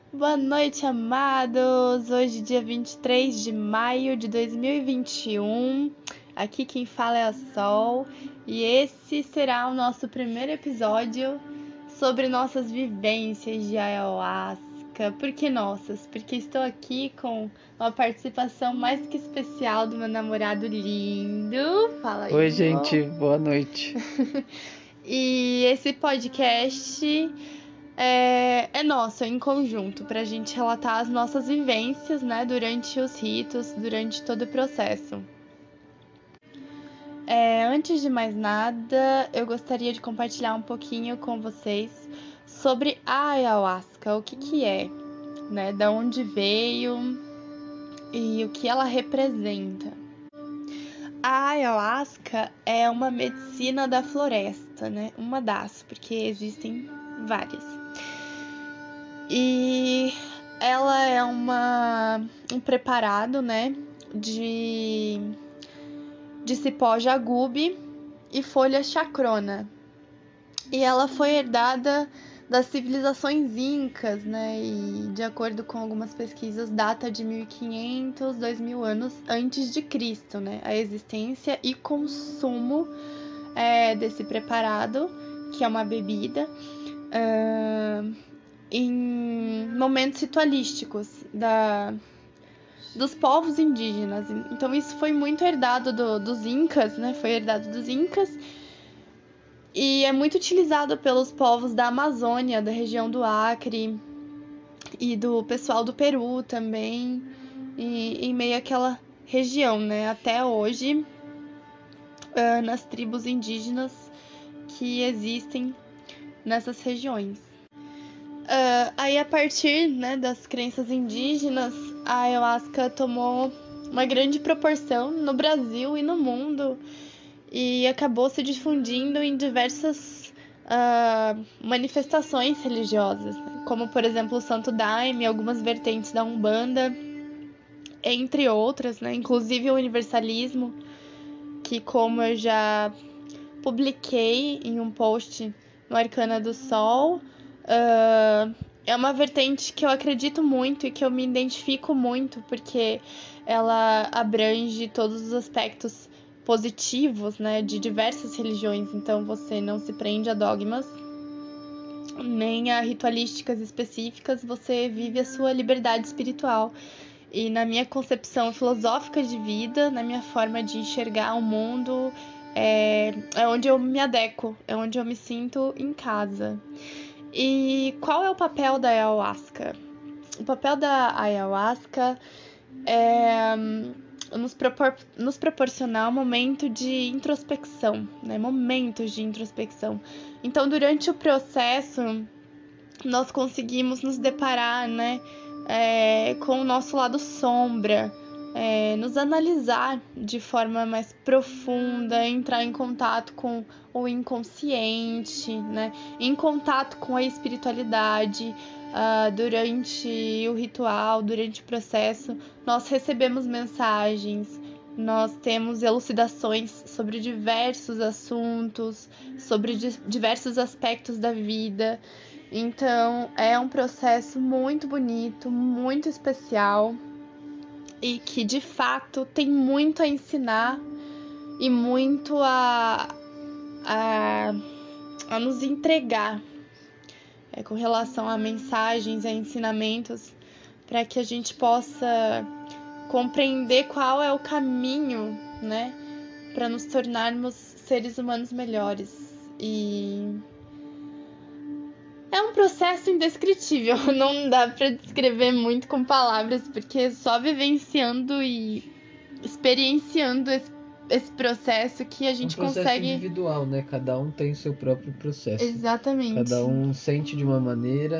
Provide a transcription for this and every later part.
Boa noite, amados! Hoje, dia 23 de maio de 2021. Aqui quem fala é a Sol e esse será o nosso primeiro episódio sobre nossas vivências de ayahuasca. Por que nossas? Porque estou aqui com uma participação mais que especial do meu namorado lindo. Fala aí, Oi, amor. gente, boa noite. E esse podcast é nosso, é em conjunto, pra gente relatar as nossas vivências, né, durante os ritos, durante todo o processo. Antes de mais nada, eu gostaria de compartilhar um pouquinho com vocês sobre a ayahuasca, o que é, né, da onde veio e o que ela representa. A ayahuasca é uma medicina da floresta, né? Uma das, porque existem várias. E ela é um preparado, né? De cipó jagube e folha chacrona. E ela foi herdada das civilizações incas, né? E de acordo com algumas pesquisas, data de 1500, 2000 anos antes de Cristo, né? A existência e consumo desse preparado, que é uma bebida, em momentos ritualísticos dos povos indígenas. Então isso foi muito herdado dos incas, né? Foi herdado dos incas. E é muito utilizado pelos povos da Amazônia, da região do Acre e do pessoal do Peru também, e em meio àquela região, né? Até hoje, nas tribos indígenas que existem nessas regiões. Aí, a partir, né, das crenças indígenas, a ayahuasca tomou uma grande proporção no Brasil e no mundo, e acabou se difundindo em diversas manifestações religiosas, né? Como, por exemplo, o Santo Daime, algumas vertentes da Umbanda, entre outras, né? Inclusive o universalismo, que, como eu já publiquei em um post no Arcana do Sol, é uma vertente que eu acredito muito e que eu me identifico muito, porque ela abrange todos os aspectos positivos, né, de diversas religiões. Então você não se prende a dogmas nem a ritualísticas específicas, você vive a sua liberdade espiritual. E na minha concepção filosófica de vida, na minha forma de enxergar o mundo, é onde eu me adequo, é onde eu me sinto em casa. E qual é o papel da ayahuasca? O papel da ayahuasca é nos proporcionar um momento de introspecção, né? Momentos de introspecção. Então, durante o processo, nós conseguimos nos deparar, né, com o nosso lado sombra, nos analisar de forma mais profunda, entrar em contato com o inconsciente, né, em contato com a espiritualidade. Durante o ritual, durante o processo, nós recebemos mensagens, nós temos elucidações sobre diversos assuntos, sobre diversos aspectos da vida. Então, é um processo muito bonito, muito especial e que, de fato, tem muito a ensinar e muito a nos entregar com relação a mensagens, a ensinamentos, para que a gente possa compreender qual é o caminho, né, para nos tornarmos seres humanos melhores. E é um processo indescritível, não dá para descrever muito com palavras, porque só vivenciando e experienciando esse processo que a gente processo consegue... individual, né? Cada um tem seu próprio processo. Exatamente. Cada um sente de uma maneira,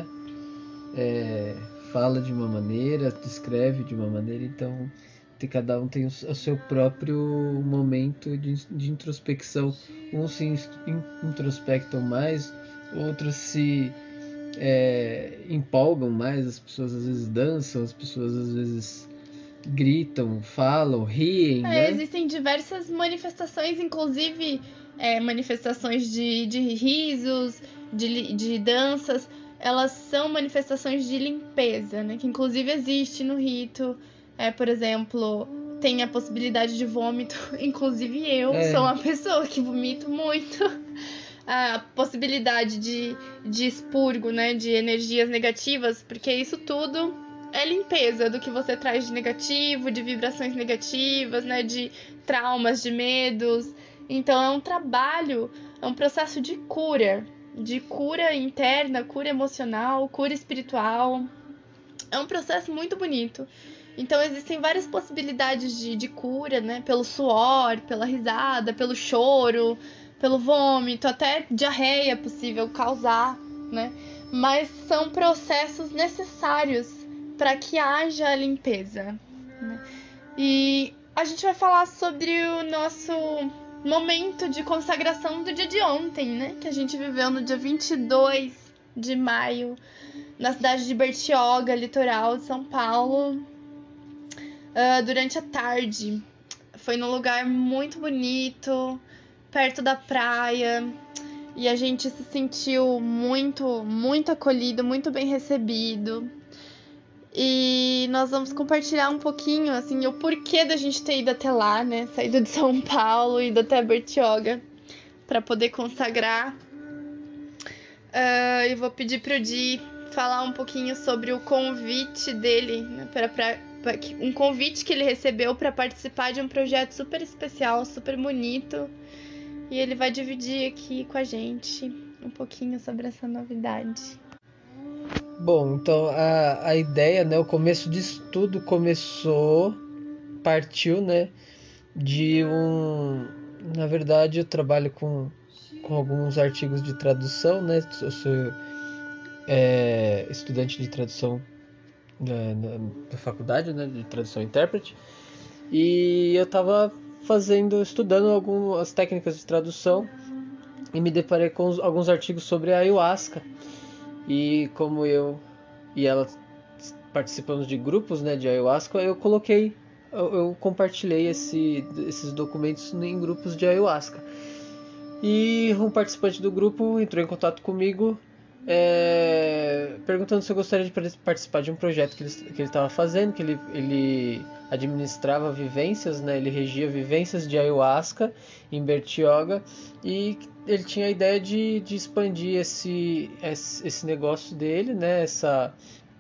fala de uma maneira, descreve de uma maneira, então cada um tem o seu próprio momento de introspecção. Uns se introspectam mais, outros se empolgam mais, as pessoas às vezes dançam, as pessoas às vezes gritam, falam, riem, né? Existem diversas manifestações, inclusive manifestações de risos, de danças, elas são manifestações de limpeza, né? Que inclusive existe no rito. Por exemplo, tem a possibilidade de vômito. Inclusive eu sou uma pessoa que vomito muito. A possibilidade de expurgo, né? De energias negativas, porque isso tudo é limpeza do que você traz de negativo, de vibrações negativas, né? De traumas, de medos. Então é um trabalho, é um processo de cura interna, cura emocional, cura espiritual. É um processo muito bonito. Então existem várias possibilidades de cura, né? Pelo suor, pela risada, pelo choro, pelo vômito, até diarreia é possível causar, né? Mas são processos necessários para que haja limpeza, né? E a gente vai falar sobre o nosso momento de consagração do dia de ontem, né? Que a gente viveu no dia 22 de maio, na cidade de Bertioga, litoral de São Paulo, durante a tarde. Foi num lugar muito bonito, perto da praia, e a gente se sentiu muito, muito acolhido, muito bem recebido. E nós vamos compartilhar um pouquinho, assim, o porquê da gente ter ido até lá, né? Saído de São Paulo, ido até Bertioga para poder consagrar. E vou pedir pro Di falar um pouquinho sobre o convite dele, né? Um convite que ele recebeu para participar de um projeto super especial, super bonito. E ele vai dividir aqui com a gente um pouquinho sobre essa novidade. Bom, então a ideia, né, o começo disso tudo partiu, né, na verdade eu trabalho com alguns artigos de tradução, né, eu sou estudante de tradução da faculdade, né, de tradução e intérprete, e eu estava estudando algumas técnicas de tradução e me deparei com alguns artigos sobre a ayahuasca. E como eu e ela participamos de grupos, né, de ayahuasca, eu compartilhei esses documentos em grupos de ayahuasca. E um participante do grupo entrou em contato comigo perguntando se eu gostaria de participar de um projeto que ele estava fazendo, que ele administrava vivências, né, ele regia vivências de ayahuasca em Bertioga, e ele tinha a ideia de expandir esse negócio dele, né, essa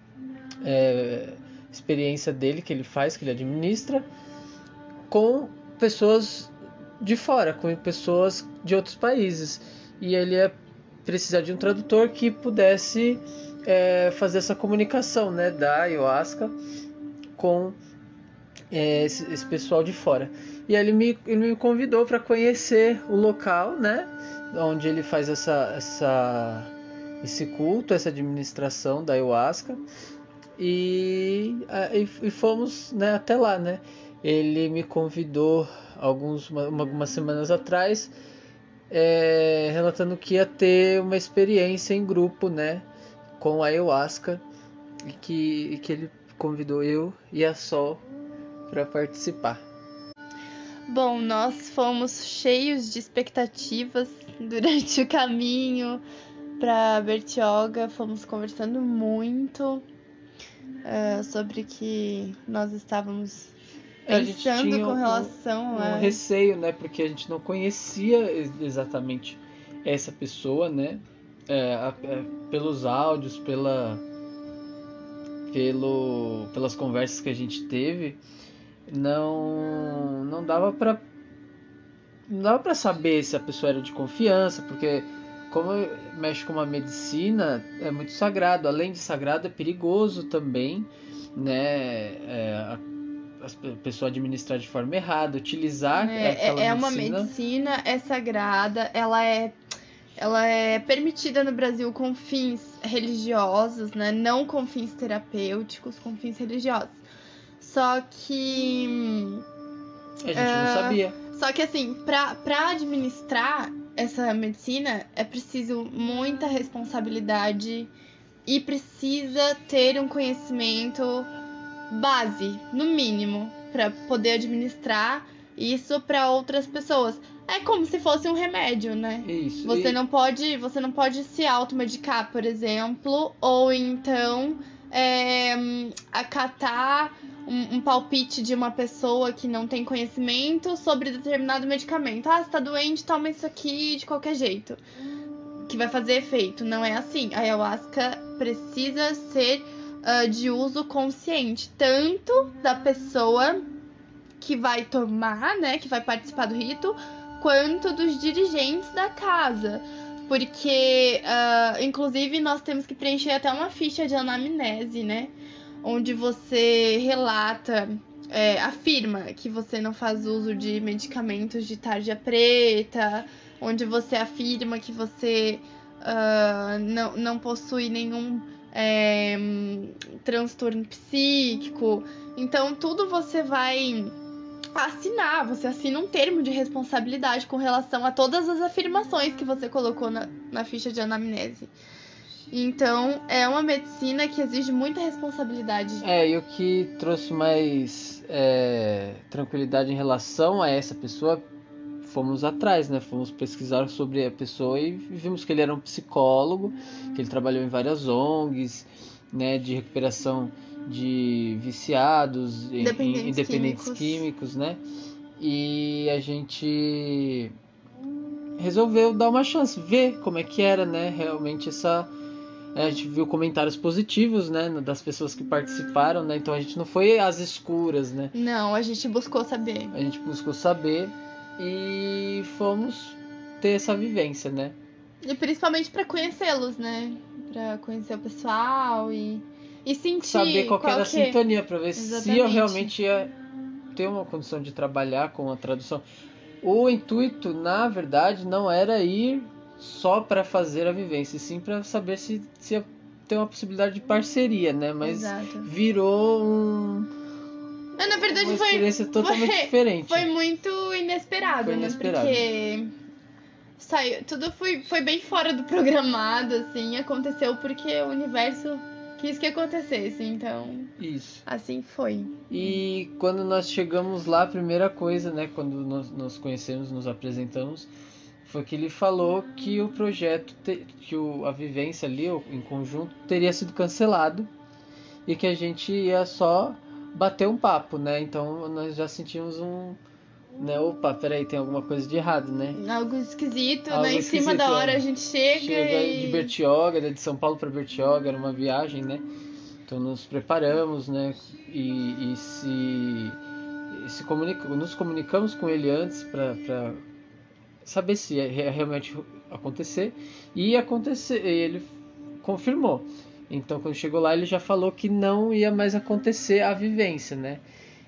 experiência dele que ele faz, que ele administra, com pessoas de fora, com pessoas de outros países. E ele ia precisar de um tradutor que pudesse fazer essa comunicação, né, da ayahuasca com esse pessoal de fora. E aí ele me convidou para conhecer o local, né, onde ele faz esse culto, essa administração da ayahuasca, e fomos, né, até lá, né. Ele me convidou algumas semanas atrás, relatando que ia ter uma experiência em grupo, né, com a ayahuasca, e que ele convidou eu e a Sol para participar. Bom, nós fomos cheios de expectativas durante o caminho para Bertioga, fomos conversando muito sobre o que nós estávamos pensando com relação a... receio, né, porque a gente não conhecia exatamente essa pessoa, né, pelos áudios, pelas conversas que a gente teve, não dava para saber se a pessoa era de confiança, porque como mexe com uma medicina, é muito sagrado. Além de sagrado, é perigoso também, né, a pessoa administrar de forma errada, utilizar aquela medicina. Uma medicina, é sagrada, ela é permitida no Brasil com fins religiosos, né? Não com fins terapêuticos, com fins religiosos. Só que a gente não sabia. Só que assim, pra administrar essa medicina é preciso muita responsabilidade e precisa ter um conhecimento base, no mínimo, para poder administrar isso para outras pessoas. É como se fosse um remédio, né? Isso. Você não pode se automedicar, por exemplo, ou então acatar um palpite de uma pessoa que não tem conhecimento sobre determinado medicamento. Ah, você tá doente, toma isso aqui de qualquer jeito, que vai fazer efeito. Não é assim. A ayahuasca precisa ser de uso consciente, tanto da pessoa que vai tomar, né, que vai participar do rito, quanto dos dirigentes da casa. Porque, inclusive, nós temos que preencher até uma ficha de anamnese, né? Onde você relata, afirma que você não faz uso de medicamentos de tarja preta, onde você afirma que você não possui nenhum transtorno psíquico. Então, tudo você vai assinar, você assina um termo de responsabilidade com relação a todas as afirmações que você colocou na ficha de anamnese. Então, é uma medicina que exige muita responsabilidade. E o que trouxe mais tranquilidade em relação a essa pessoa, fomos atrás, né? Fomos pesquisar sobre a pessoa e vimos que ele era um psicólogo, que ele trabalhou em várias ONGs, né, de recuperação de viciados, independentes químicos, né? E a gente resolveu dar uma chance, ver como é que era, né? Realmente a gente viu comentários positivos, né, das pessoas que participaram, né? Então a gente não foi às escuras, né? Não, a gente buscou saber. A gente buscou saber e fomos ter essa vivência, né? E principalmente para conhecê-los, né? Para conhecer o pessoal e sentir saber qual era a sintonia, para ver Exatamente. se eu realmente ia ter uma condição de trabalhar com a tradução. O intuito, na verdade, não era ir só para fazer a vivência, sim para saber se ia ter uma possibilidade de parceria, né? Mas Exato. virou na verdade, uma experiência totalmente diferente. Foi muito inesperado, né? Porque tudo foi bem fora do programado, assim, aconteceu porque o universo quis que acontecesse, então. Isso. Assim foi. E quando nós chegamos lá, a primeira coisa, né, quando nós conhecemos, nos apresentamos, foi que ele falou que o projeto, a vivência ali, em conjunto, teria sido cancelado e que a gente ia só bater um papo, né? Então nós já sentimos né? Opa, peraí, tem alguma coisa de errado, né? Algo esquisito, né? Em cima da hora a gente chega de Bertioga, de São Paulo para Bertioga, era uma viagem, né? Então nos preparamos, né? E nos comunicamos com ele antes para saber se ia realmente acontecer. E ele confirmou. Então quando chegou lá ele já falou que não ia mais acontecer a vivência, né?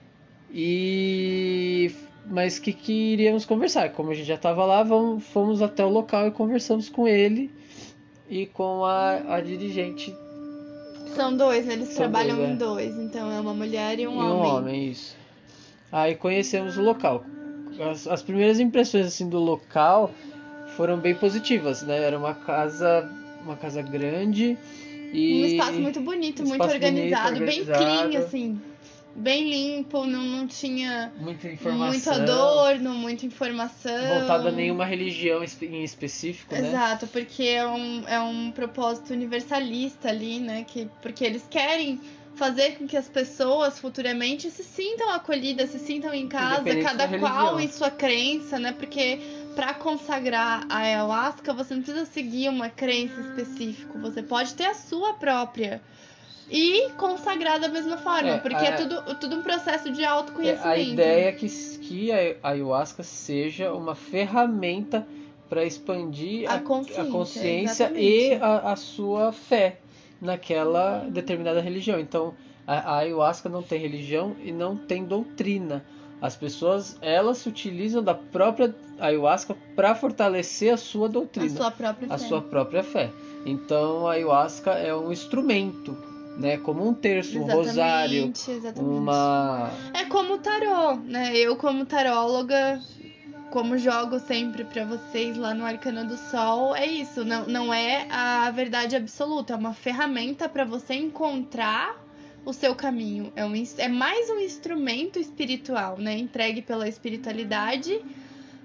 Mas que iríamos conversar. Como a gente já estava lá, fomos até o local e conversamos com ele e com a dirigente. São dois, né? Eles trabalham em dois. Então é uma mulher e um homem. Um homem, isso. Aí conhecemos o local. As primeiras impressões assim do local foram bem positivas, né? Era uma casa grande e um espaço muito bonito, muito organizado, bem clean, assim. Bem limpo, não tinha muita informação, muito adorno, muita informação. Voltada a nenhuma religião em específico, né? Exato, porque é um propósito universalista ali, né? Porque eles querem fazer com que as pessoas futuramente se sintam acolhidas, se sintam em casa, cada qual em sua crença, né? Porque para consagrar a ayahuasca, você não precisa seguir uma crença específica, você pode ter a sua própria. E consagrar da mesma forma, porque é tudo um processo de autoconhecimento. A ideia é que a ayahuasca seja uma ferramenta para expandir a consciência e a sua fé naquela determinada religião. Então, a ayahuasca não tem religião e não tem doutrina. As pessoas, elas se utilizam da própria ayahuasca para fortalecer a sua doutrina, a sua própria fé. Então, a ayahuasca é um instrumento, né, como um terço, um rosário, É como o tarô, né? Eu como taróloga, como jogo sempre pra vocês lá no Arcano do Sol, é isso, não é a verdade absoluta, é uma ferramenta pra você encontrar o seu caminho, é mais um instrumento espiritual, né, entregue pela espiritualidade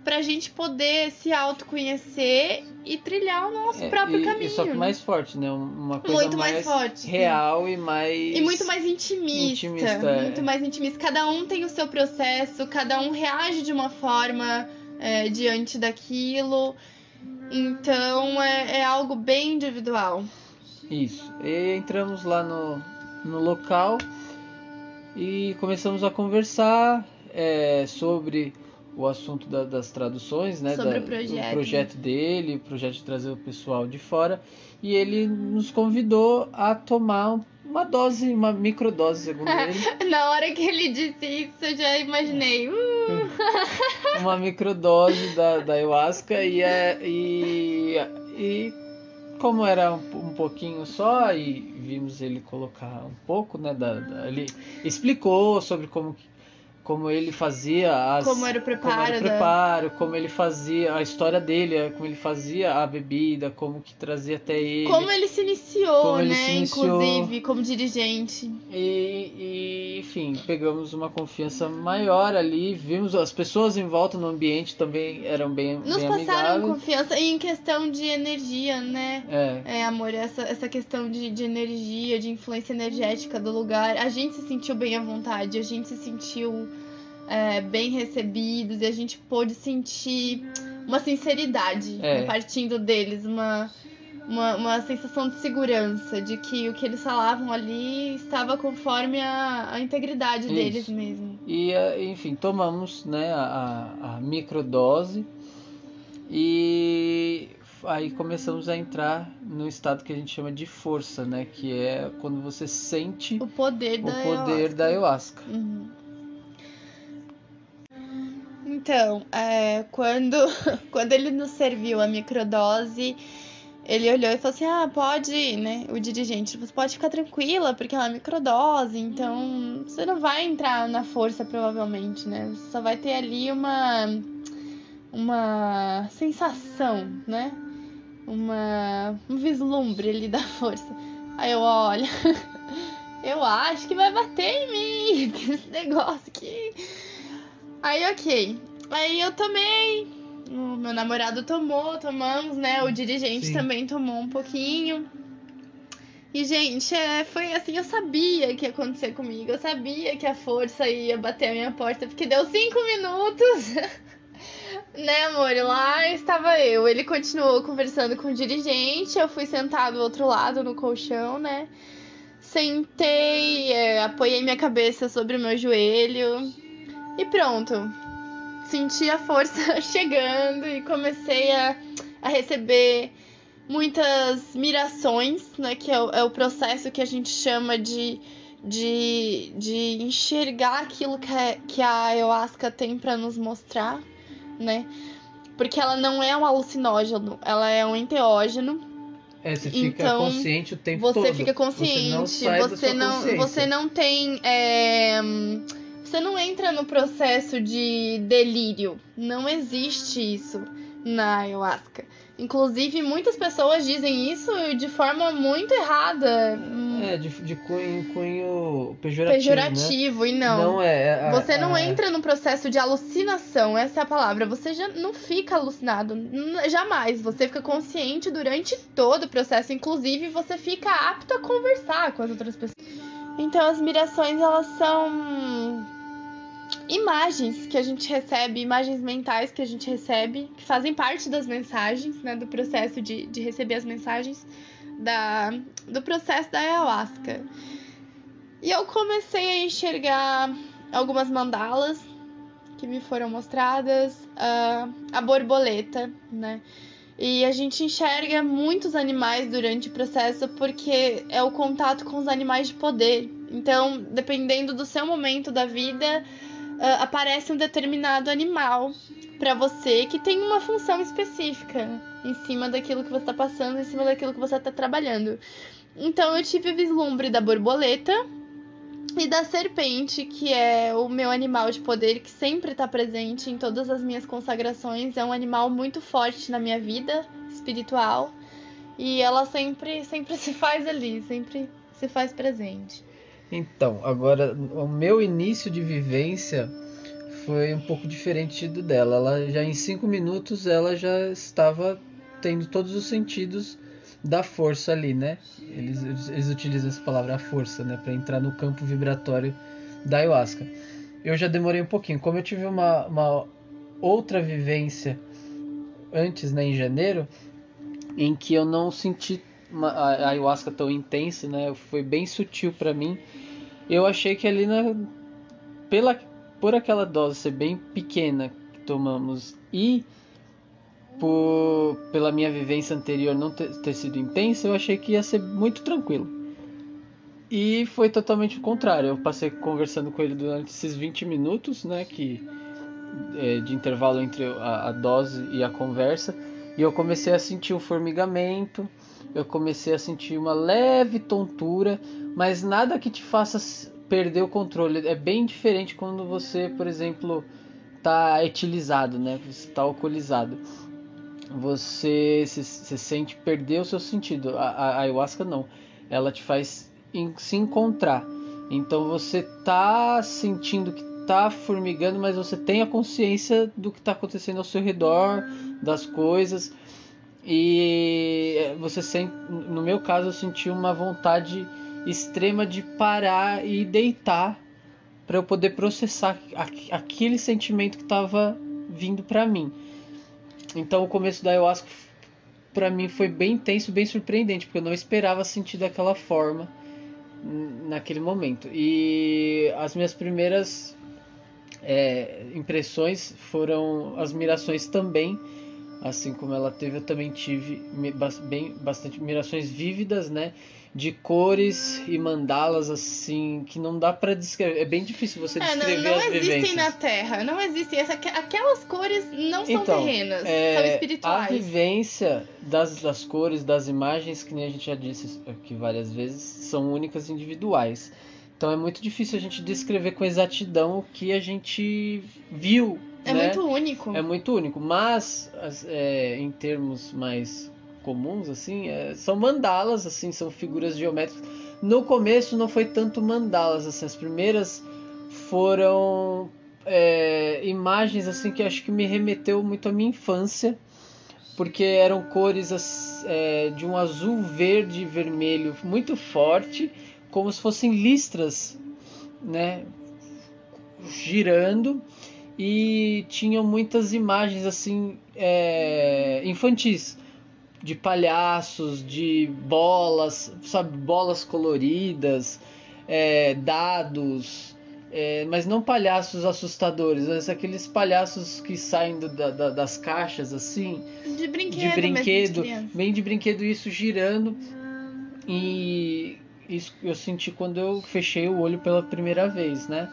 pra gente poder se autoconhecer e trilhar o nosso próprio caminho. Só que mais forte, né? Uma coisa muito mais forte, real, sim. E muito mais intimista. Muito mais intimista. Cada um tem o seu processo, cada um reage de uma forma diante daquilo. Então é algo bem individual. Isso. E entramos lá no local e começamos a conversar sobre o assunto das traduções, né? Sobre o projeto dele, o projeto de trazer o pessoal de fora. E ele nos convidou a tomar uma microdose, segundo ele. Na hora que ele disse isso, eu já imaginei. Uma microdose da ayahuasca e como era um pouquinho só e vimos ele colocar um pouco, né? Ele explicou sobre como ele fazia como era o preparo, como ele fazia a história dele, como ele fazia a bebida, como que trazia até ele. Como ele se iniciou, inclusive, como dirigente. E enfim, pegamos uma confiança maior ali, vimos as pessoas em volta no ambiente também eram bem nos passaram confiança e em questão de energia, né? Amor, essa questão de energia, de influência energética do lugar. A gente se sentiu bem à vontade, a gente se sentiu bem recebidos e a gente pôde sentir uma sinceridade partindo deles, uma sensação de segurança, de que o que eles falavam ali estava conforme a integridade deles mesmo. E, enfim, tomamos, né, a microdose e aí começamos a entrar no estado que a gente chama de força, né, que é quando você sente o poder da ayahuasca. Uhum. Então, quando ele nos serviu a microdose, ele olhou e falou assim, pode ir, né? O dirigente, você pode ficar tranquila, porque é uma microdose, então você não vai entrar na força, provavelmente, né? Você só vai ter ali uma sensação, né? Um vislumbre ali da força. Aí eu, olha, eu acho que vai bater em mim, esse negócio aqui. Aí, ok. Aí eu tomei, o meu namorado tomamos, né? O dirigente também tomou um pouquinho. E, gente, foi assim, eu sabia que ia acontecer comigo. Eu sabia que a força ia bater a minha porta, porque deu 5 minutos. Né, amor? Lá estava eu. Ele continuou conversando com o dirigente. Eu fui sentar do outro lado no colchão, né? Sentei, apoiei minha cabeça sobre o meu joelho. E pronto. Senti a força chegando e comecei a receber muitas mirações, né? Que é o processo que a gente chama de enxergar aquilo que a ayahuasca tem para nos mostrar, né? Porque ela não é um alucinógeno, ela é um enteógeno. Você fica consciente o tempo todo. Você fica consciente, você não tem... Você não entra no processo de delírio. Não existe isso na ayahuasca. Inclusive, muitas pessoas dizem isso de forma muito errada. De cunho pejorativo, né? E não. Não você não entra no processo de alucinação, essa é a palavra. Você já não fica alucinado, jamais. Você fica consciente durante todo o processo. Inclusive, você fica apto a conversar com as outras pessoas. Então, as mirações, elas são imagens que a gente recebe, imagens mentais que a gente recebe, que fazem parte das mensagens, né, do processo de receber as mensagens do processo da ayahuasca. E eu comecei a enxergar algumas mandalas que me foram mostradas, a borboleta, né? E a gente enxerga muitos animais durante o processo porque é o contato com os animais de poder. Então, dependendo do seu momento da vida, aparece um determinado animal para você que tem uma função específica em cima daquilo que você está passando, em cima daquilo que você está trabalhando. Então, eu tive o vislumbre da borboleta e da serpente, que é o meu animal de poder que sempre está presente em todas as minhas consagrações. É um animal muito forte na minha vida espiritual e ela sempre se faz ali, sempre se faz presente. Então, agora, o meu início de vivência foi um pouco diferente do dela. Ela já em 5 minutos ela já estava tendo todos os sentidos da força ali, né? Eles utilizam essa palavra, a força, né? Para entrar no campo vibratório da ayahuasca. Eu já demorei um pouquinho. Como eu tive uma outra vivência antes, né, em janeiro, em que eu não senti a ayahuasca tão intensa, né? Foi bem sutil para mim. Eu achei que ali por aquela dose ser bem pequena que tomamos e pela minha vivência anterior não ter sido intensa, eu achei que ia ser muito tranquilo. E foi totalmente o contrário. Eu passei conversando com ele durante esses 20 minutos, né, de intervalo entre a dose e a conversa, e eu comecei a sentir um formigamento, eu comecei a sentir uma leve tontura, mas nada que te faça perder o controle. É bem diferente quando você, por exemplo, está etilizado, né, você está alcoolizado. Você se sente perder o seu sentido. A ayahuasca não, ela te faz se encontrar. Então você tá sentindo que tá formigando, mas você tem a consciência do que está acontecendo ao seu redor, das coisas. E você sente, no meu caso, eu senti uma vontade extrema de parar e deitar para eu poder processar aquele sentimento que estava vindo para mim. Então o começo da ayahuasca para mim foi bem intenso, bem surpreendente, porque eu não esperava sentir daquela forma naquele momento. E as minhas primeiras impressões foram as mirações também, assim como ela teve, eu também tive bastante mirações vívidas, né, de cores e mandalas assim que não dá para descrever. É bem difícil você descrever não as vivências. Não existem na Terra, não existem. Aquelas cores não são terrenas, são espirituais. A vivência das cores, das imagens, que nem a gente já disse aqui várias vezes, são únicas e individuais. Então é muito difícil a gente descrever com exatidão o que a gente viu. É muito único. É muito único, mas em termos mais comuns, assim, são mandalas, assim, são figuras geométricas. No começo não foi tanto mandalas, assim, as primeiras foram imagens, assim, que acho que me remeteu muito à minha infância, porque eram cores de um azul, verde e vermelho muito forte, como se fossem listras, né, girando, e tinham muitas imagens assim infantis, de palhaços, de bolas, sabe, bolas coloridas, dados, mas não palhaços assustadores, mas aqueles palhaços que saem das caixas assim, de brinquedo, bem de brinquedo, isso girando. E isso eu senti quando eu fechei o olho pela primeira vez, né?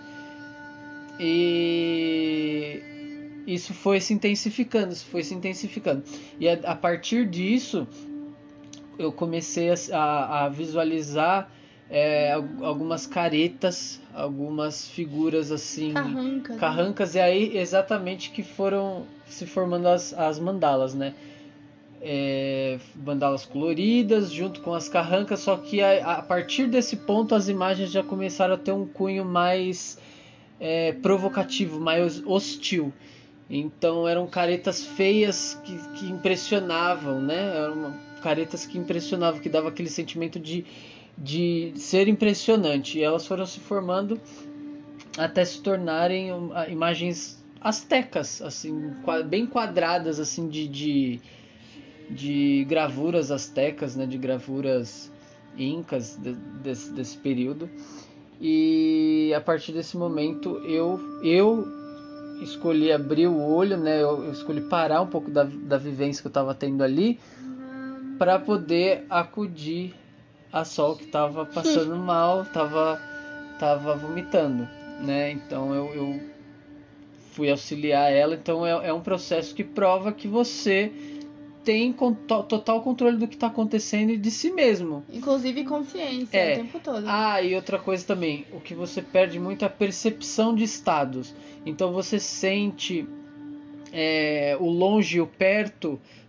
E isso foi se intensificando. E a partir disso, eu comecei a visualizar algumas caretas, algumas figuras assim, carrancas, e aí exatamente que foram se formando as mandalas, né? Mandalas coloridas junto com as carrancas, só que a partir desse ponto as imagens já começaram a ter um cunho mais provocativo, mais hostil. Então eram caretas feias que impressionavam, né? Eram caretas que impressionavam, que dava aquele sentimento de ser impressionante. E elas foram se formando até se tornarem imagens astecas, assim, bem quadradas, assim, de gravuras astecas, né? De gravuras incas desse período. E a partir desse momento eu escolhi abrir o olho, né? Eu escolhi parar um pouco da vivência que eu estava tendo ali para poder acudir a Sol, que estava passando mal, estava vomitando, né? Então eu fui auxiliar ela. Então é um processo que prova que você tem total controle do que está acontecendo e de si mesmo. Inclusive consciência o tempo todo. E outra coisa também, o que você perde muito é a percepção de estados. Então você sente o longe e o perto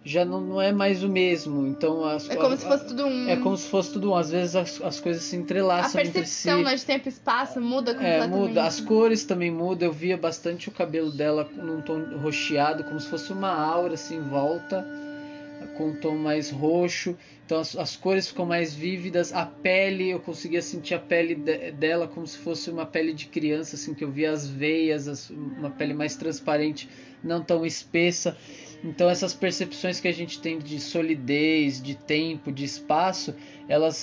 já não é mais o mesmo. Então É como se fosse tudo um... É como se fosse tudo um. Às vezes as coisas se entrelaçam entre si. A percepção, né, de tempo e espaço muda completamente. Muda. As cores também mudam. Eu via bastante o cabelo dela num tom roxeado, como se fosse uma aura assim em volta, com um tom mais roxo. Então as cores ficam mais vívidas. A pele, eu conseguia sentir a pele dela como se fosse uma pele de criança, assim, que eu via as veias, uma pele mais transparente, não tão espessa. Então essas percepções que a gente tem de solidez, de tempo, de espaço, elas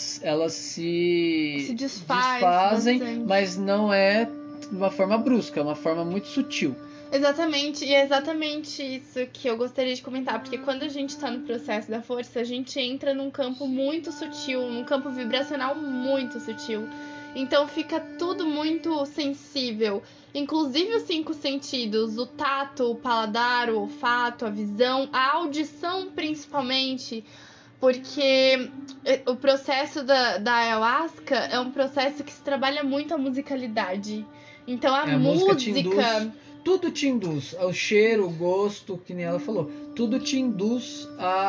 se desfazem, bastante. Mas não é de uma forma brusca, é uma forma muito sutil. Exatamente, e é exatamente isso que eu gostaria de comentar, porque quando a gente tá no processo da força, a gente entra num campo muito sutil, num campo vibracional muito sutil. Então fica tudo muito sensível, inclusive os 5 sentidos, o tato, o paladar, o olfato, a visão, a audição principalmente, porque o processo da ayahuasca é um processo que se trabalha muito a musicalidade. Então a música tudo te induz, o cheiro, o gosto, que nem ela falou, tudo te induz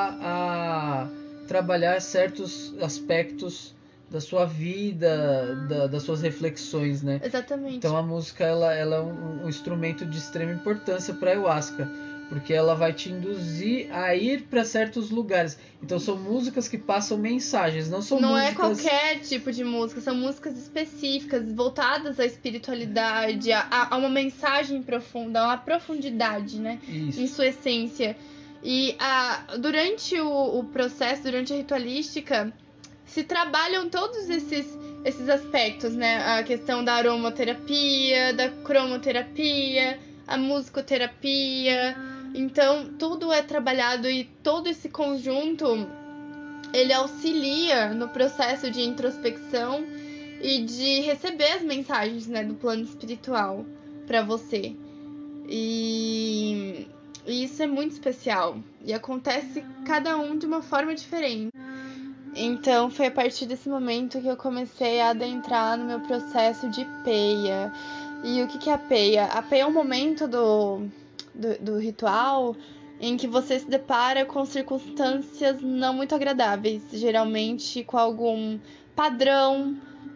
a trabalhar certos aspectos da sua vida, das suas reflexões, né? Exatamente. Então a música ela é um instrumento de extrema importância para a ayahuasca, porque ela vai te induzir a ir para certos lugares. Então são músicas que passam mensagens, não são músicas... Não é qualquer tipo de música, são músicas específicas, voltadas à espiritualidade, a uma mensagem profunda, a uma profundidade, né? Isso. Em sua essência. E durante o processo, durante a ritualística, se trabalham todos esses aspectos, né? A questão da aromaterapia, da cromoterapia, a musicoterapia. Então, tudo é trabalhado e todo esse conjunto, ele auxilia no processo de introspecção e de receber as mensagens, né, do plano espiritual para você. E isso é muito especial. E acontece cada um de uma forma diferente. Então, foi a partir desse momento que eu comecei a adentrar no meu processo de peia. E o que é a peia? A peia é um momento do ritual em que você se depara com circunstâncias não muito agradáveis, geralmente com algum padrão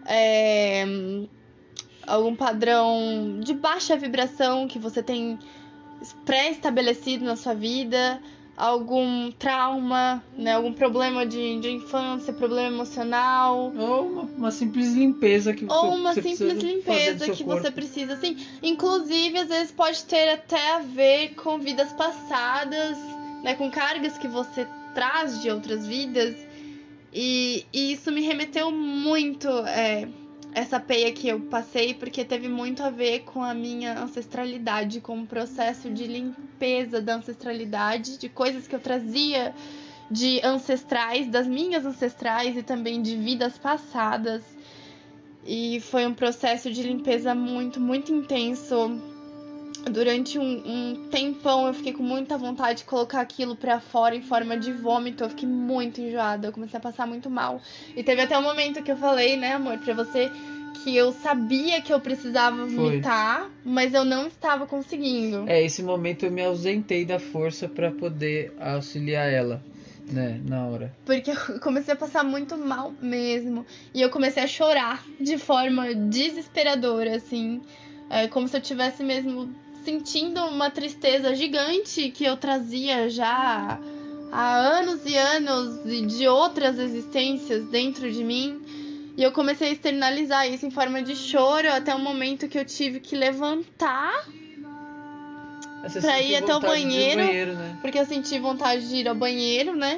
de baixa vibração que você tem pré-estabelecido na sua vida, algum trauma, né, algum problema de infância, problema emocional. Ou uma simples limpeza que você precisa, assim. Inclusive, às vezes pode ter até a ver com vidas passadas, né, com cargas que você traz de outras vidas. E isso me remeteu muito essa peia que eu passei, porque teve muito a ver com a minha ancestralidade, com o processo de limpeza da ancestralidade, de coisas que eu trazia de ancestrais, das minhas ancestrais e também de vidas passadas. E foi um processo de limpeza muito, muito intenso. Durante um tempão eu fiquei com muita vontade de colocar aquilo pra fora em forma de vômito. Eu fiquei muito enjoada, eu comecei a passar muito mal. E teve até um momento que eu falei, né, amor, pra você, que eu sabia que eu precisava vomitar, mas eu não estava conseguindo. Esse momento eu me ausentei da força pra poder auxiliar ela, né, na hora. Porque eu comecei a passar muito mal mesmo. E eu comecei a chorar de forma desesperadora, assim. Como se eu tivesse mesmo sentindo uma tristeza gigante que eu trazia já há anos e anos de outras existências dentro de mim. E eu comecei a externalizar isso em forma de choro até o momento que eu tive que levantar pra ir até o banheiro, né? Porque eu senti vontade de ir ao banheiro, né?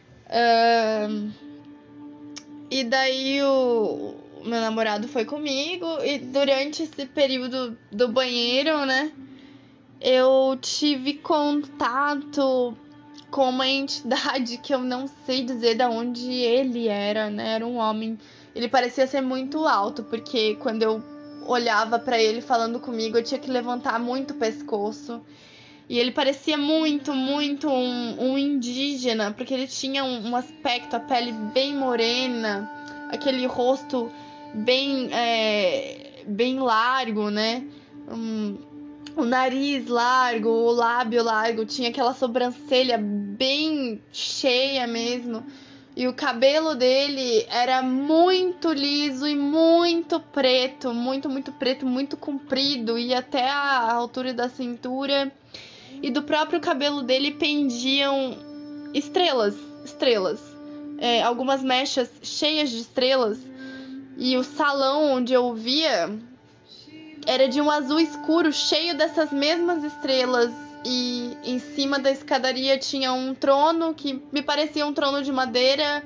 E daí o meu namorado foi comigo. E durante esse período do banheiro, né, eu tive contato com uma entidade que eu não sei dizer de onde ele era, né? Era um homem. Ele parecia ser muito alto, porque quando eu olhava pra ele falando comigo, eu tinha que levantar muito o pescoço. E ele parecia muito, muito um indígena, porque ele tinha um aspecto, a pele bem morena, aquele rosto bem largo, né? O nariz largo, o lábio largo, tinha aquela sobrancelha bem cheia mesmo. E o cabelo dele era muito liso e muito preto, muito preto, muito comprido, e até a altura da cintura. E do próprio cabelo dele pendiam estrelas. Algumas mechas cheias de estrelas. E o salão onde eu via era de um azul escuro, cheio dessas mesmas estrelas. E em cima da escadaria tinha um trono que me parecia um trono de madeira.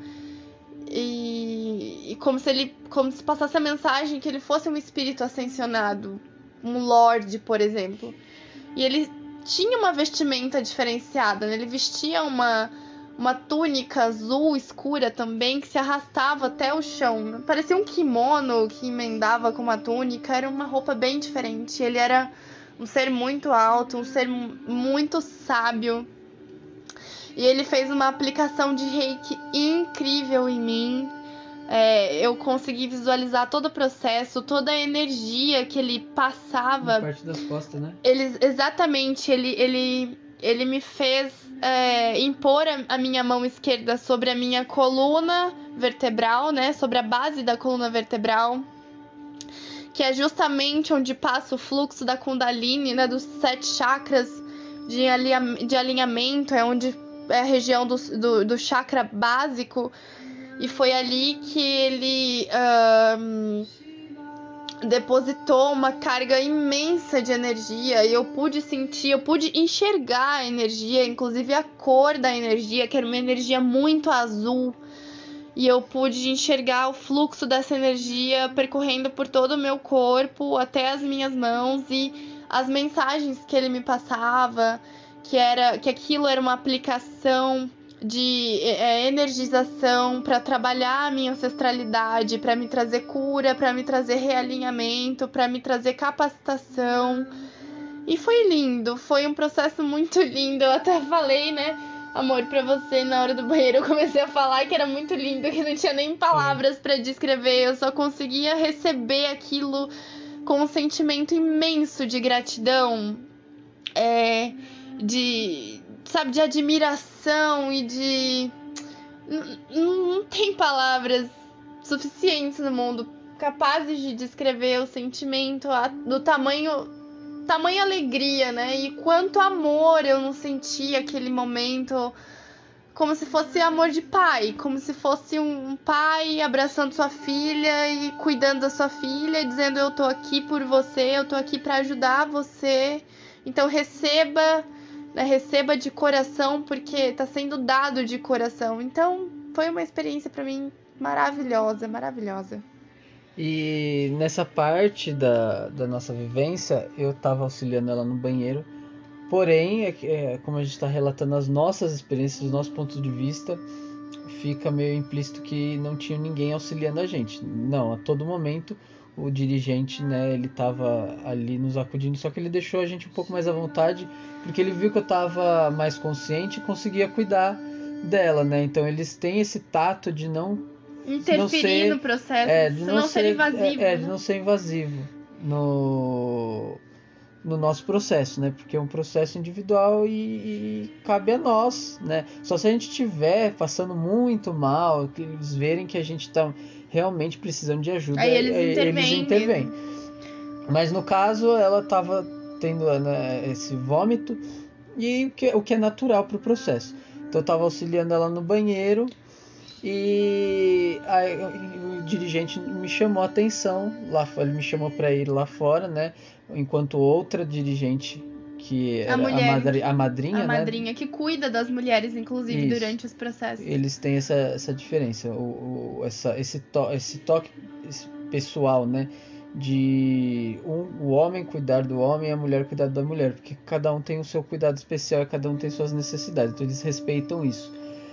E como se passasse a mensagem que ele fosse um espírito ascensionado, um lorde, por exemplo. E ele tinha uma vestimenta diferenciada, né? Ele vestia uma túnica azul escura também, que se arrastava até o chão. Parecia um kimono que emendava com uma túnica, era uma roupa bem diferente. Ele era um ser muito alto, um ser muito sábio. E ele fez uma aplicação de reiki incrível em mim. Eu consegui visualizar todo o processo, toda a energia que ele passava. Na parte das costas, né? Exatamente, ele me fez impor a minha mão esquerda sobre a minha coluna vertebral, né? Sobre a base da coluna vertebral, que é justamente onde passa o fluxo da Kundalini, né? Dos 7 chakras de alinhamento, é onde é a região do chakra básico. E foi ali que ele depositou uma carga imensa de energia. E eu pude sentir, eu pude enxergar a energia, inclusive a cor da energia, que era uma energia muito azul. E eu pude enxergar o fluxo dessa energia percorrendo por todo o meu corpo, até as minhas mãos, e as mensagens que ele me passava, que aquilo era uma aplicação de energização para trabalhar a minha ancestralidade, para me trazer cura, para me trazer realinhamento, para me trazer capacitação. E foi lindo, foi um processo muito lindo. Eu até falei, né, amor, pra você na hora do banheiro. Eu comecei a falar que era muito lindo, que não tinha nem palavras para descrever. Eu só conseguia receber aquilo com um sentimento imenso de gratidão, de admiração e de... Não tem palavras suficientes no mundo capazes de descrever o sentimento do tamanha alegria, né? E quanto amor eu não senti aquele momento, como se fosse amor de pai, como se fosse um pai abraçando sua filha e cuidando da sua filha, dizendo: eu tô aqui por você, eu tô aqui para ajudar você, então receba de coração, porque tá sendo dado de coração. Então foi uma experiência para mim maravilhosa. E nessa parte da nossa vivência, eu estava auxiliando ela no banheiro. Porém, como a gente está relatando as nossas experiências, os nossos pontos de vista, fica meio implícito que não tinha ninguém auxiliando a gente. Não, a todo momento o dirigente, né, ele estava ali nos acudindo, só que ele deixou a gente um pouco mais à vontade, porque ele viu que eu estava mais consciente e conseguia cuidar dela, né? Então eles têm esse tato de não interferir no processo, de não ser invasivo. De não ser invasivo no nosso processo, né? Porque é um processo individual e cabe a nós, né? Só se a gente estiver passando muito mal, que eles verem que a gente está realmente precisando de ajuda, aí eles intervêm. Mas no caso, ela estava tendo, né, esse vômito, e o que é natural para o processo. Então eu estava auxiliando ela no banheiro, e aí, o dirigente me chamou a atenção, ele me chamou para ir lá fora, né? Enquanto outra dirigente, que era a madrinha, que cuida das mulheres, inclusive, durante os processos. Eles têm essa diferença, esse toque pessoal, né? De o homem cuidar do homem e a mulher cuidar da mulher, porque cada um tem o seu cuidado especial e cada um tem suas necessidades, então eles respeitam isso.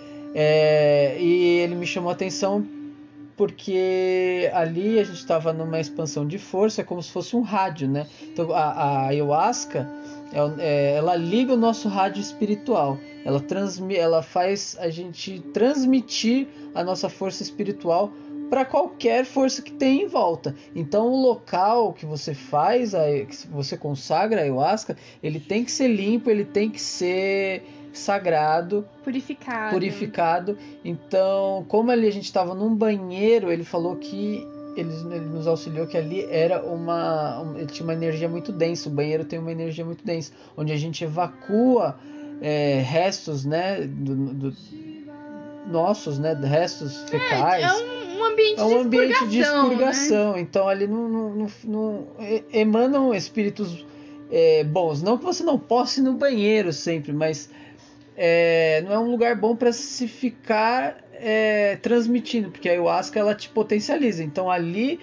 E ele me chamou a atenção porque ali a gente estava numa expansão de força, como se fosse um rádio, né? Então a ayahuasca, ela liga o nosso rádio espiritual, ela faz a gente transmitir a nossa força espiritual para qualquer força que tem em volta. Então o local que você faz, que você consagra a ayahuasca, ele tem que ser limpo, ele tem que ser sagrado, purificado. Então, como ali a gente estava num banheiro, ele falou que ele nos auxiliou que ali era ele tinha uma energia muito densa. O banheiro tem uma energia muito densa, onde a gente evacua restos, né, nossos, né, restos fecais. Um ambiente de expurgação, né? Então ali não emanam espíritos bons. Não que você não possa ir no banheiro sempre, mas não é um lugar bom para se ficar transmitindo, porque a ayahuasca ela te potencializa. Então ali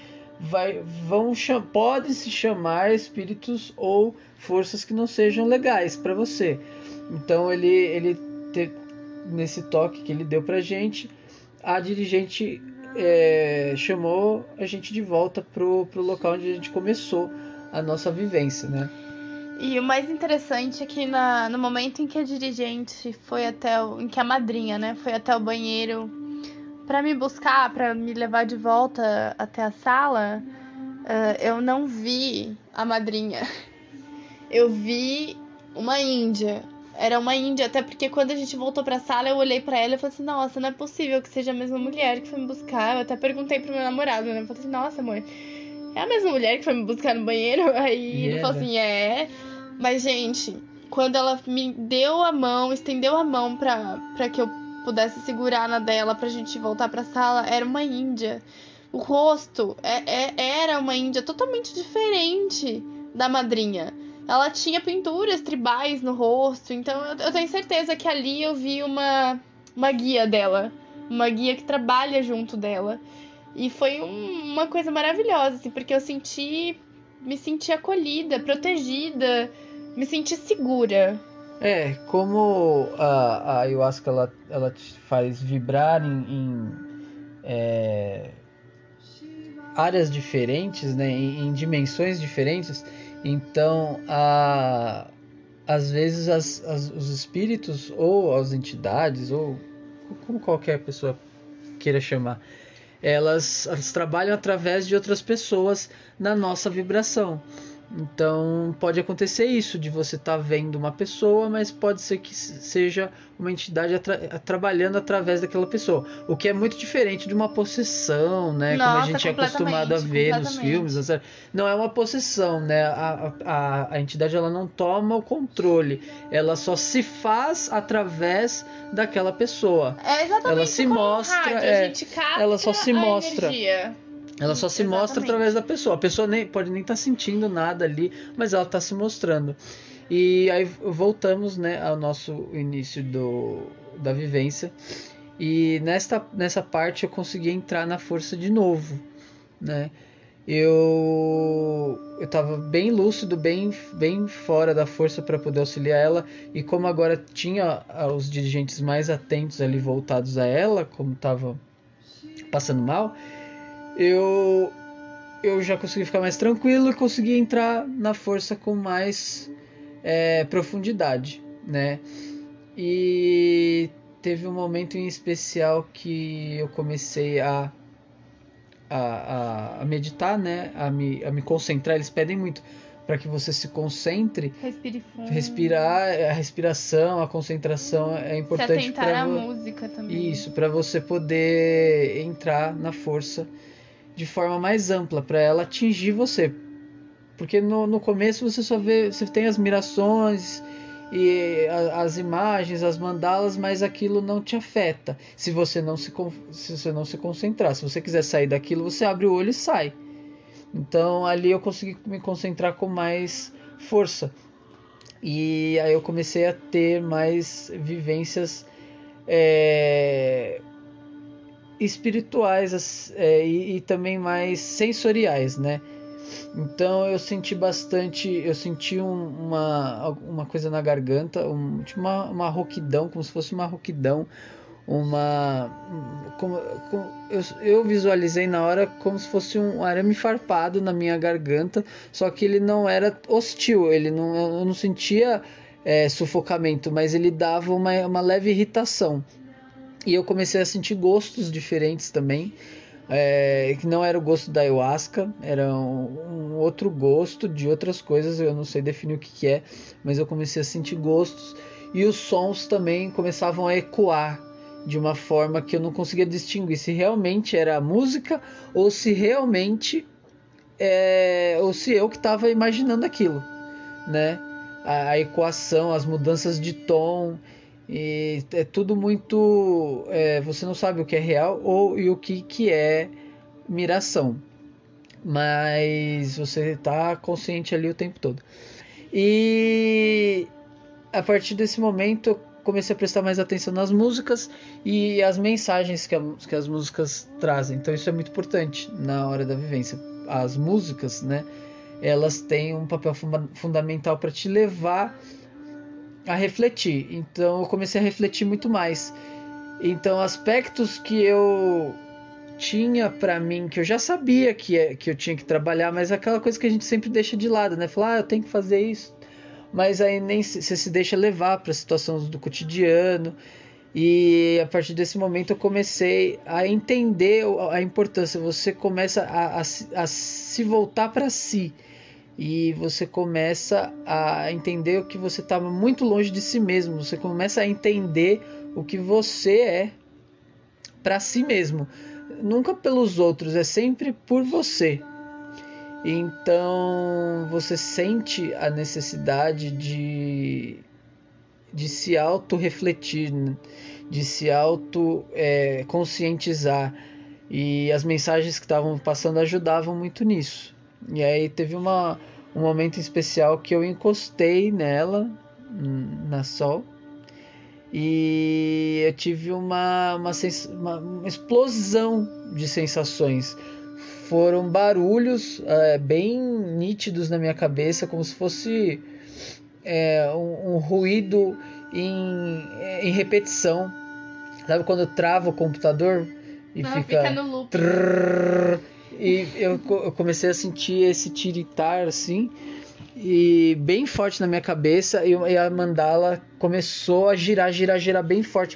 pode se chamar espíritos ou forças que não sejam legais para você. Então nesse toque que ele deu pra gente, a dirigente chamou a gente de volta pro local onde a gente começou a nossa vivência, né? E o mais interessante é que no momento em que a dirigente foi em que a madrinha, né, foi até o banheiro para me buscar, para me levar de volta até a sala, eu não vi a madrinha. Eu vi uma índia. Era uma índia, até porque quando a gente voltou pra sala, eu olhei pra ela e falei assim, nossa, não é possível que seja a mesma mulher que foi me buscar. Eu até perguntei pro meu namorado, né? Eu falei assim, nossa, amor, é a mesma mulher que foi me buscar no banheiro? Aí ele falou assim, Mas, gente, quando ela me deu a mão, estendeu a mão pra que eu pudesse segurar na dela pra gente voltar pra sala, era uma índia. O rosto era uma índia totalmente diferente da madrinha. Ela tinha pinturas tribais no rosto, então eu tenho certeza que ali eu vi uma guia dela, uma guia que trabalha junto dela. E foi uma coisa maravilhosa, assim, porque eu me senti acolhida, protegida, me senti segura. Como a ayahuasca ela te faz vibrar em áreas diferentes, né, em dimensões diferentes. Então, às vezes os espíritos ou as entidades, ou como qualquer pessoa queira chamar, elas trabalham através de outras pessoas na nossa vibração. Então pode acontecer isso, de você estar vendo uma pessoa, mas pode ser que seja uma entidade trabalhando através daquela pessoa. O que é muito diferente de uma possessão, né? Nossa, como a gente é acostumado a ver nos filmes. Não é uma possessão, né? A entidade ela não toma o controle, ela só se faz através daquela pessoa. Exatamente, ela se mostra, a gente capta ela só se mostra. Energia. Ela só se mostra através da pessoa. A pessoa pode nem estar sentindo nada ali, mas ela está se mostrando. E aí voltamos, né, ao nosso início da vivência. E nessa parte eu consegui entrar na força de novo, né? Eu estava bem lúcido, bem fora da força para poder auxiliar ela. E como agora tinha os dirigentes mais atentos ali voltados a ela, como estava passando mal, eu já consegui ficar mais tranquilo e consegui entrar na força com mais profundidade, né? E teve um momento em especial que eu comecei a meditar, né? A me concentrar. Eles pedem muito para que você se concentre. Respire fundo. A respiração, a concentração é importante. Se atentar à música também. Isso, para você poder entrar na força de forma mais ampla, para ela atingir você. Porque no começo você tem as mirações e as imagens, as mandalas, mas aquilo não te afeta se você não se concentrar. Se você quiser sair daquilo, você abre o olho e sai. Então ali eu consegui me concentrar com mais força. E aí eu comecei a ter mais vivências espirituais e também mais sensoriais, né? Então eu senti uma coisa na garganta, tipo uma rouquidão, como se fosse uma rouquidão, eu visualizei na hora como se fosse um arame farpado na minha garganta, só que ele não era hostil, eu não sentia sufocamento, mas ele dava uma leve irritação. E eu comecei a sentir gostos diferentes também, que não era o gosto da ayahuasca, era um outro gosto de outras coisas, eu não sei definir o que é, mas eu comecei a sentir gostos e os sons também começavam a ecoar de uma forma que eu não conseguia distinguir se realmente era música ou se realmente ou se eu que estava imaginando aquilo, né? A equação, as mudanças de tom, e é tudo muito você não sabe o que é real e o que é miração, mas você está consciente ali o tempo todo. E a partir desse momento eu comecei a prestar mais atenção nas músicas e as mensagens que as músicas trazem. Então isso é muito importante na hora da vivência. As músicas, né, elas têm um papel fundamental para te levar a refletir. Então eu comecei a refletir muito mais. Então aspectos que eu tinha para mim, que eu já sabia que eu tinha que trabalhar, mas aquela coisa que a gente sempre deixa de lado, né? Falar, eu tenho que fazer isso, mas aí nem você se deixa levar para situações do cotidiano. E a partir desse momento eu comecei a entender a importância. Você começa a se voltar para si, e você começa a entender que você estava muito longe de si mesmo. Você começa a entender o que você é para si mesmo, nunca pelos outros, é sempre por você. Então você sente a necessidade de se auto-refletir, de se auto-conscientizar. E as mensagens que estavam passando ajudavam muito nisso. E aí teve um momento especial que eu encostei nela, na Sol, e eu tive uma explosão de sensações. Foram barulhos bem nítidos na minha cabeça, como se fosse um ruído em repetição. Sabe quando trava o computador e fica no loop. E eu comecei a sentir esse tiritar assim, e bem forte na minha cabeça, e a mandala começou a girar bem forte.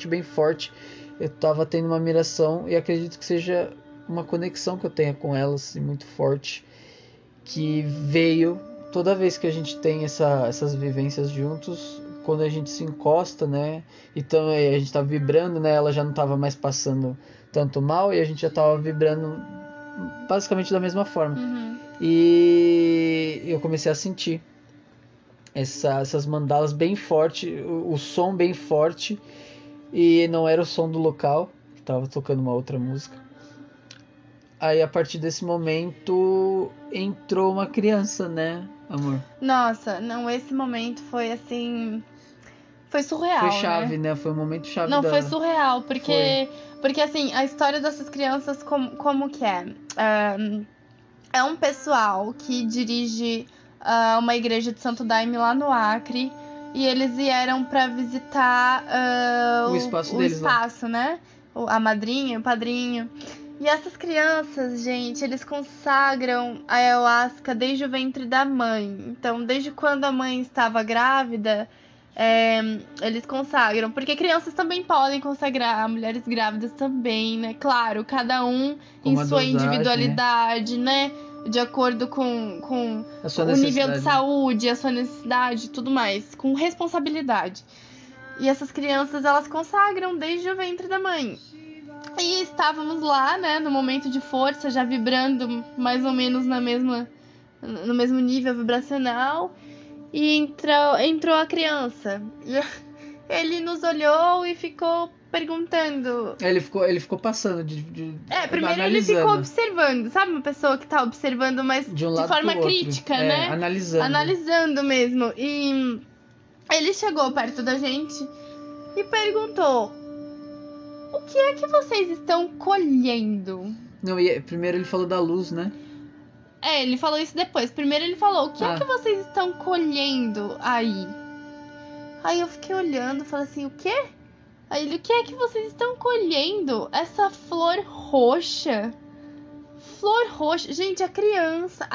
Eu estava tendo uma admiração, e acredito que seja uma conexão que eu tenha com ela assim, muito forte, que veio toda vez que a gente tem essas vivências juntos, quando a gente se encosta, né? Então a gente tá vibrando, né? Ela já não estava mais passando tanto mal, e a gente já estava vibrando basicamente da mesma forma. Uhum. E eu comecei a sentir essas mandalas bem forte, o som bem forte, e não era o som do local, estava tocando uma outra música. Aí a partir desse momento entrou uma criança, né, amor? Nossa, não, esse momento foi assim, foi surreal, Foi chave, né? Foi um momento chave. Não, foi surreal, porque assim, a história dessas crianças, como que é? É um pessoal que dirige uma igreja de Santo Daime lá no Acre, e eles vieram para visitar o espaço, né? A madrinha, o padrinho. E essas crianças, gente, eles consagram a ayahuasca desde o ventre da mãe. Então, desde quando a mãe estava grávida, eles consagram. Porque crianças também podem consagrar, mulheres grávidas também, né? Claro, cada um em sua individualidade, né? De acordo com o nível de saúde, a sua necessidade, tudo mais. Com responsabilidade. E essas crianças, elas consagram desde o ventre da mãe. E estávamos lá, né, no momento de força, já vibrando mais ou menos no mesmo nível vibracional. E entrou a criança. Ele nos olhou e ficou perguntando. Ele ficou passando primeiro ele ficou observando. Sabe uma pessoa que tá observando, mas de forma crítica, né? Analisando mesmo. E ele chegou perto da gente e perguntou: o que é que vocês estão colhendo? Não, primeiro ele falou da luz, né? Ele falou isso depois. Primeiro ele falou: o que é que vocês estão colhendo aí? Aí eu fiquei olhando, falei assim: o quê? Aí ele: o que é que vocês estão colhendo? Essa flor roxa. Flor roxa. Gente, a criança.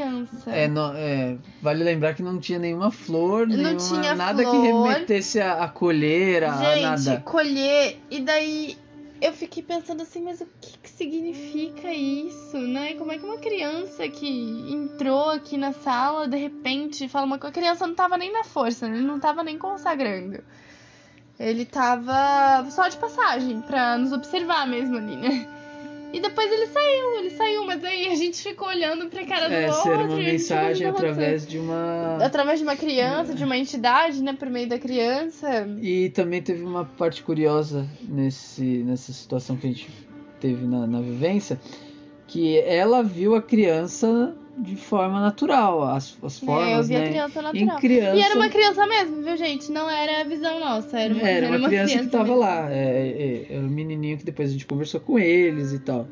Vale lembrar que não tinha nenhuma flor, não tinha nada flor. Que remetesse a colher, gente, nada. Colher. E daí eu fiquei pensando assim, mas o que significa isso, né? Como é que uma criança que entrou aqui na sala, de repente, fala uma coisa... A criança não tava nem na força, né? Ele não tava nem consagrando. Ele tava só de passagem, pra nos observar mesmo ali, né? E depois ele saiu, mas aí a gente ficou olhando pra cara do outro. Era uma mensagem através de uma... Através de uma criança, de uma entidade, né, por meio da criança. E também teve uma parte curiosa nessa situação que a gente teve na vivência, que ela viu a criança de forma natural, as formas, eu vi, né? A criança natural. E era uma criança mesmo, viu, gente? Não era a visão nossa, era uma criança que tava mesmo. lá. Era um menininho que depois a gente conversou com eles e tal.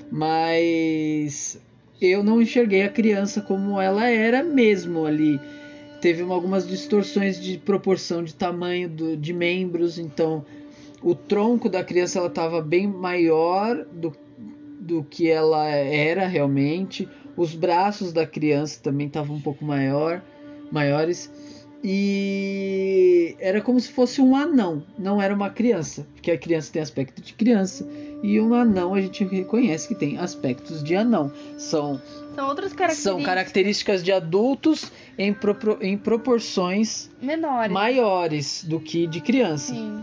Mas eu não enxerguei a criança como ela era mesmo ali. Teve algumas distorções de proporção de tamanho de membros, então o tronco da criança ela estava bem maior do que ela era realmente. Os braços da criança também estavam um pouco maiores. E era como se fosse um anão, não era uma criança, porque a criança tem aspecto de criança e um anão a gente reconhece que tem aspectos de anão. São outras características. São características de adultos em proporções maiores do que de criança. Sim.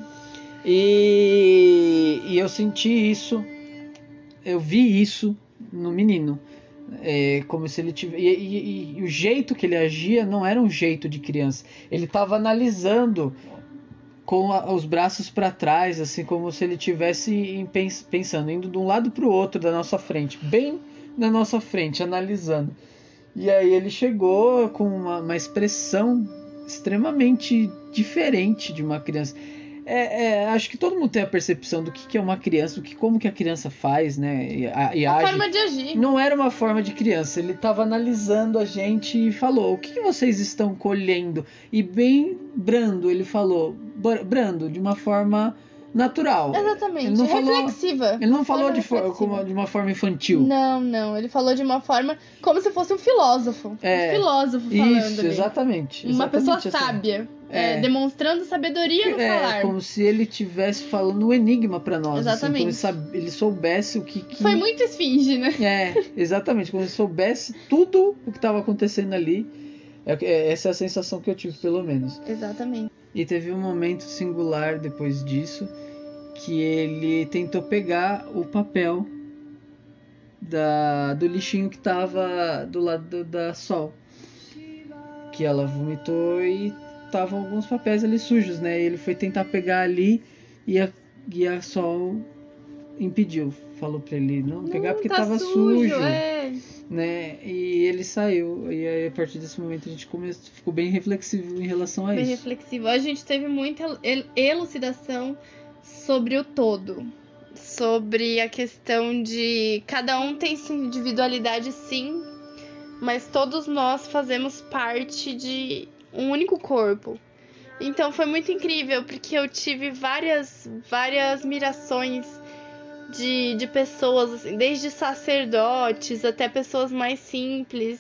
E eu senti isso, eu vi isso no menino. Como se ele tivesse. E o jeito que ele agia não era um jeito de criança. Ele estava analisando com os braços para trás, assim, como se ele estivesse pensando, indo de um lado para o outro da nossa frente, bem na nossa frente, analisando. E aí ele chegou com uma expressão extremamente diferente de uma criança. Acho que todo mundo tem a percepção do que é uma criança, como que a criança faz, né? E a age. forma de agir. Não era uma forma de criança, ele estava analisando a gente e falou: o que vocês estão colhendo? E bem brando, ele falou, brando, de uma forma natural. Exatamente, ele não reflexiva. Ele não falou de uma forma infantil. Não, ele falou de uma forma como se fosse um filósofo. Um filósofo falando. Isso, ali. Exatamente. Uma pessoa sábia. Demonstrando sabedoria no falar. Como se ele estivesse falando um enigma para nós. Exatamente. Assim, como ele soubesse o que... Foi muito esfinge, né? Exatamente. Como ele soubesse tudo o que estava acontecendo ali. Essa é a sensação que eu tive, pelo menos. Exatamente. E teve um momento singular depois disso, que ele tentou pegar o papel do lixinho que estava do lado da Sol. Que ela vomitou e estavam alguns papéis ali sujos, né? E ele foi tentar pegar ali e a Sol impediu. Falou pra ele não pegar porque estava sujo. Né? E ele saiu. E aí, a partir desse momento a gente ficou bem reflexivo em relação a isso. Bem reflexivo. A gente teve muita elucidação sobre o todo. Sobre a questão de cada um tem sua individualidade, sim, mas todos nós fazemos parte de um único corpo. Então foi muito incrível, porque eu tive várias mirações de pessoas, assim, desde sacerdotes até pessoas mais simples.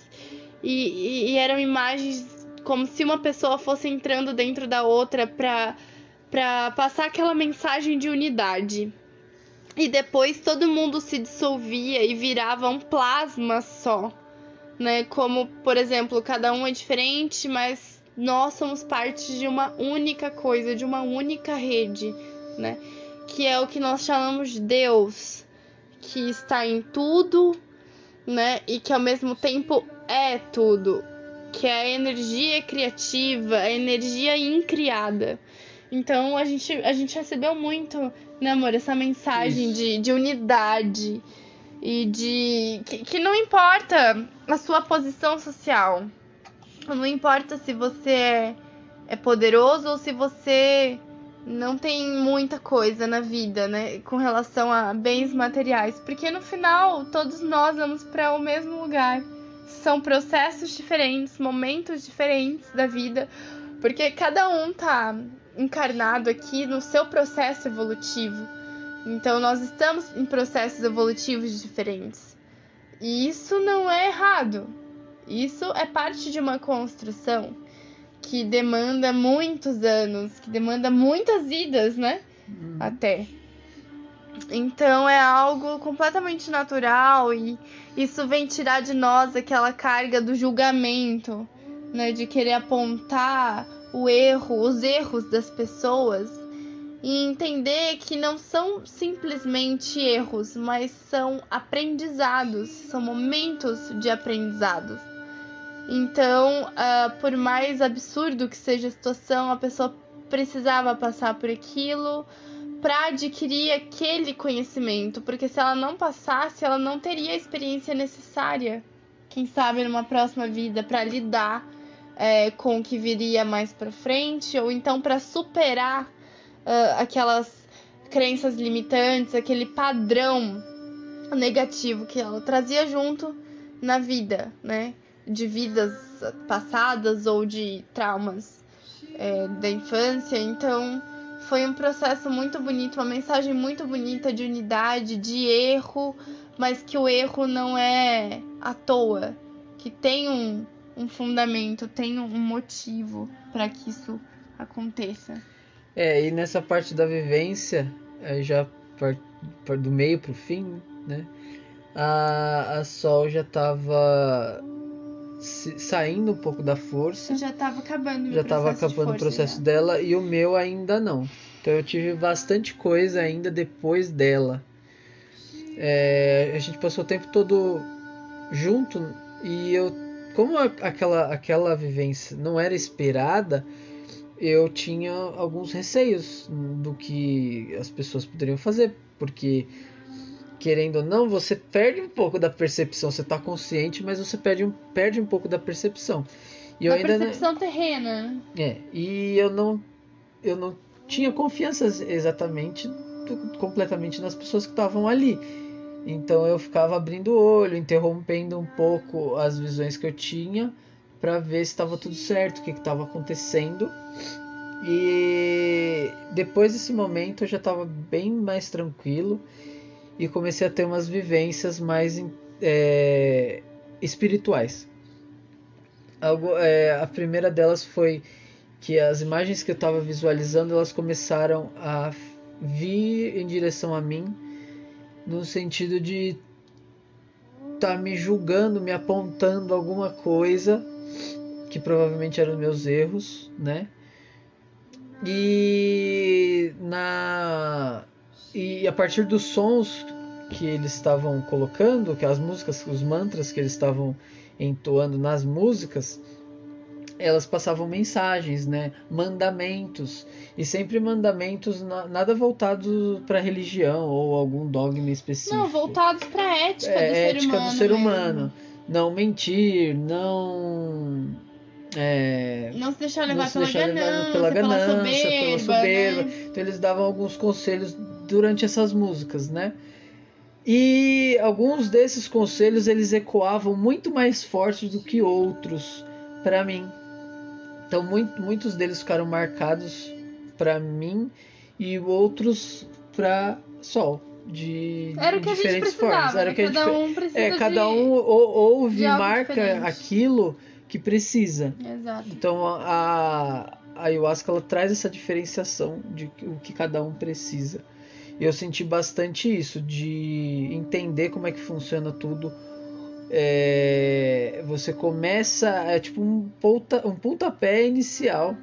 E eram imagens como se uma pessoa fosse entrando dentro da outra pra passar aquela mensagem de unidade. E depois todo mundo se dissolvia e virava um plasma só, né? Como, por exemplo, cada um é diferente, mas nós somos parte de uma única coisa, de uma única rede, né? Que é o que nós chamamos de Deus, que está em tudo, né? E que ao mesmo tempo é tudo, que é a energia criativa, a energia incriada. Então a gente recebeu muito, né, amor, essa mensagem de unidade e de que não importa a sua posição social, não importa se você é poderoso ou se você não tem muita coisa na vida, né, com relação a bens materiais, porque no final todos nós vamos para o mesmo lugar. São processos diferentes, momentos diferentes da vida, porque cada um tá encarnado aqui no seu processo evolutivo. Então nós estamos em processos evolutivos diferentes. E isso não é errado. Isso é parte de uma construção que demanda muitos anos, que demanda muitas vidas, né? Até. Então é algo completamente natural e isso vem tirar de nós aquela carga do julgamento, né, de querer apontar os erros das pessoas e entender que não são simplesmente erros, mas são aprendizados, são momentos de aprendizados. Então, por mais absurdo que seja a situação, a pessoa precisava passar por aquilo para adquirir aquele conhecimento, porque se ela não passasse, ela não teria a experiência necessária, quem sabe numa próxima vida, para lidar com o que viria mais para frente, ou então para superar aquelas crenças limitantes, aquele padrão negativo que ela trazia junto na vida, né? De vidas passadas ou de traumas da infância. Então foi um processo muito bonito, uma mensagem muito bonita de unidade, de erro, mas que o erro não é à toa, que tem um fundamento, tem um motivo para que isso aconteça. E nessa parte da vivência, já do meio pro fim, né? A Sol já tava saindo um pouco da força. Já tava acabando o processo dela e o meu ainda não. Então eu tive bastante coisa ainda depois dela. A gente passou o tempo todo junto e como aquela vivência não era esperada, eu tinha alguns receios do que as pessoas poderiam fazer, porque querendo ou não, você perde um pouco da percepção. Você está consciente, mas você perde um pouco da percepção. E da percepção terrena. E eu não tinha confiança exatamente, completamente nas pessoas que estavam ali. Então eu ficava abrindo o olho, interrompendo um pouco as visões que eu tinha para ver se estava tudo certo, o que estava acontecendo. E depois desse momento eu já estava bem mais tranquilo e comecei a ter umas vivências mais espirituais. A primeira delas foi que as imagens que eu estava visualizando, elas começaram a vir em direção a mim, no sentido de estar me julgando, me apontando alguma coisa que provavelmente eram meus erros, né? E a partir dos sons que eles estavam colocando, que as músicas, os mantras que eles estavam entoando nas músicas, elas passavam mensagens, né? Mandamentos, e sempre mandamentos nada voltados para religião ou algum dogma específico. Não, voltados para a ética do ser humano. Não mentir, não se deixar levar pela ganância, pela soberba. Né? Então eles davam alguns conselhos durante essas músicas, né? E alguns desses conselhos eles ecoavam muito mais fortes do que outros para mim. Então muitos deles ficaram marcados para mim e outros para Sol. Era o que diferentes formas. Era que cada um precisa cada um ouve e marca diferente. aquilo que precisa. Exato. Então a ayahuasca ela traz essa diferenciação de o que cada um precisa. Eu senti bastante isso, de entender como é que funciona tudo. Você começa, tipo um pontapé inicial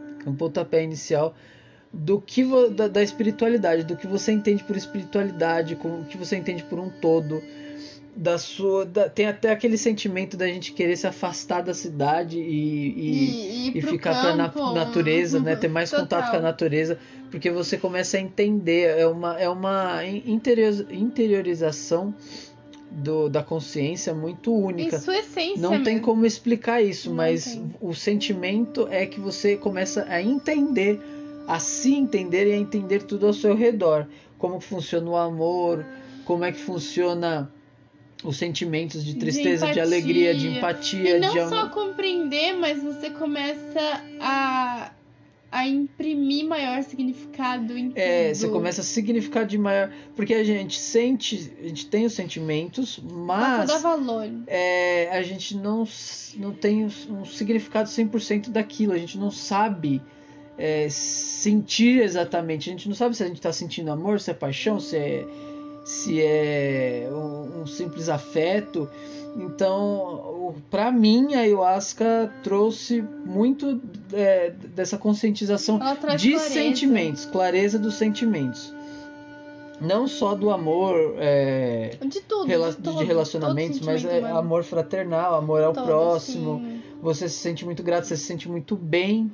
do que da espiritualidade, do que você entende por espiritualidade, o que você entende por um todo. Tem até aquele sentimento da gente querer se afastar da cidade e ficar para a natureza, né? Ter mais contato com a natureza, porque você começa a entender, é uma interiorização da consciência muito única. Em sua essência não tem como explicar isso, mas o sentimento é que você começa a entender, a se entender e a entender tudo ao seu redor, como funciona o amor, como é que funciona os sentimentos de tristeza, de alegria, de empatia. E não só compreender, mas você começa a imprimir maior significado em tudo. Você começa a significar de maior... Porque a gente tem os sentimentos, mas... dá valor. A gente não tem um significado 100% daquilo. A gente não sabe sentir exatamente. A gente não sabe se a gente está sentindo amor, se é paixão, se é um simples afeto. Então, para mim, a ayahuasca trouxe muito dessa conscientização de clareza. Sentimentos, clareza dos sentimentos. Não só do amor, de tudo, de relacionamentos, mas amor fraternal, amor ao próximo. Sim. Você se sente muito grato, você se sente muito bem,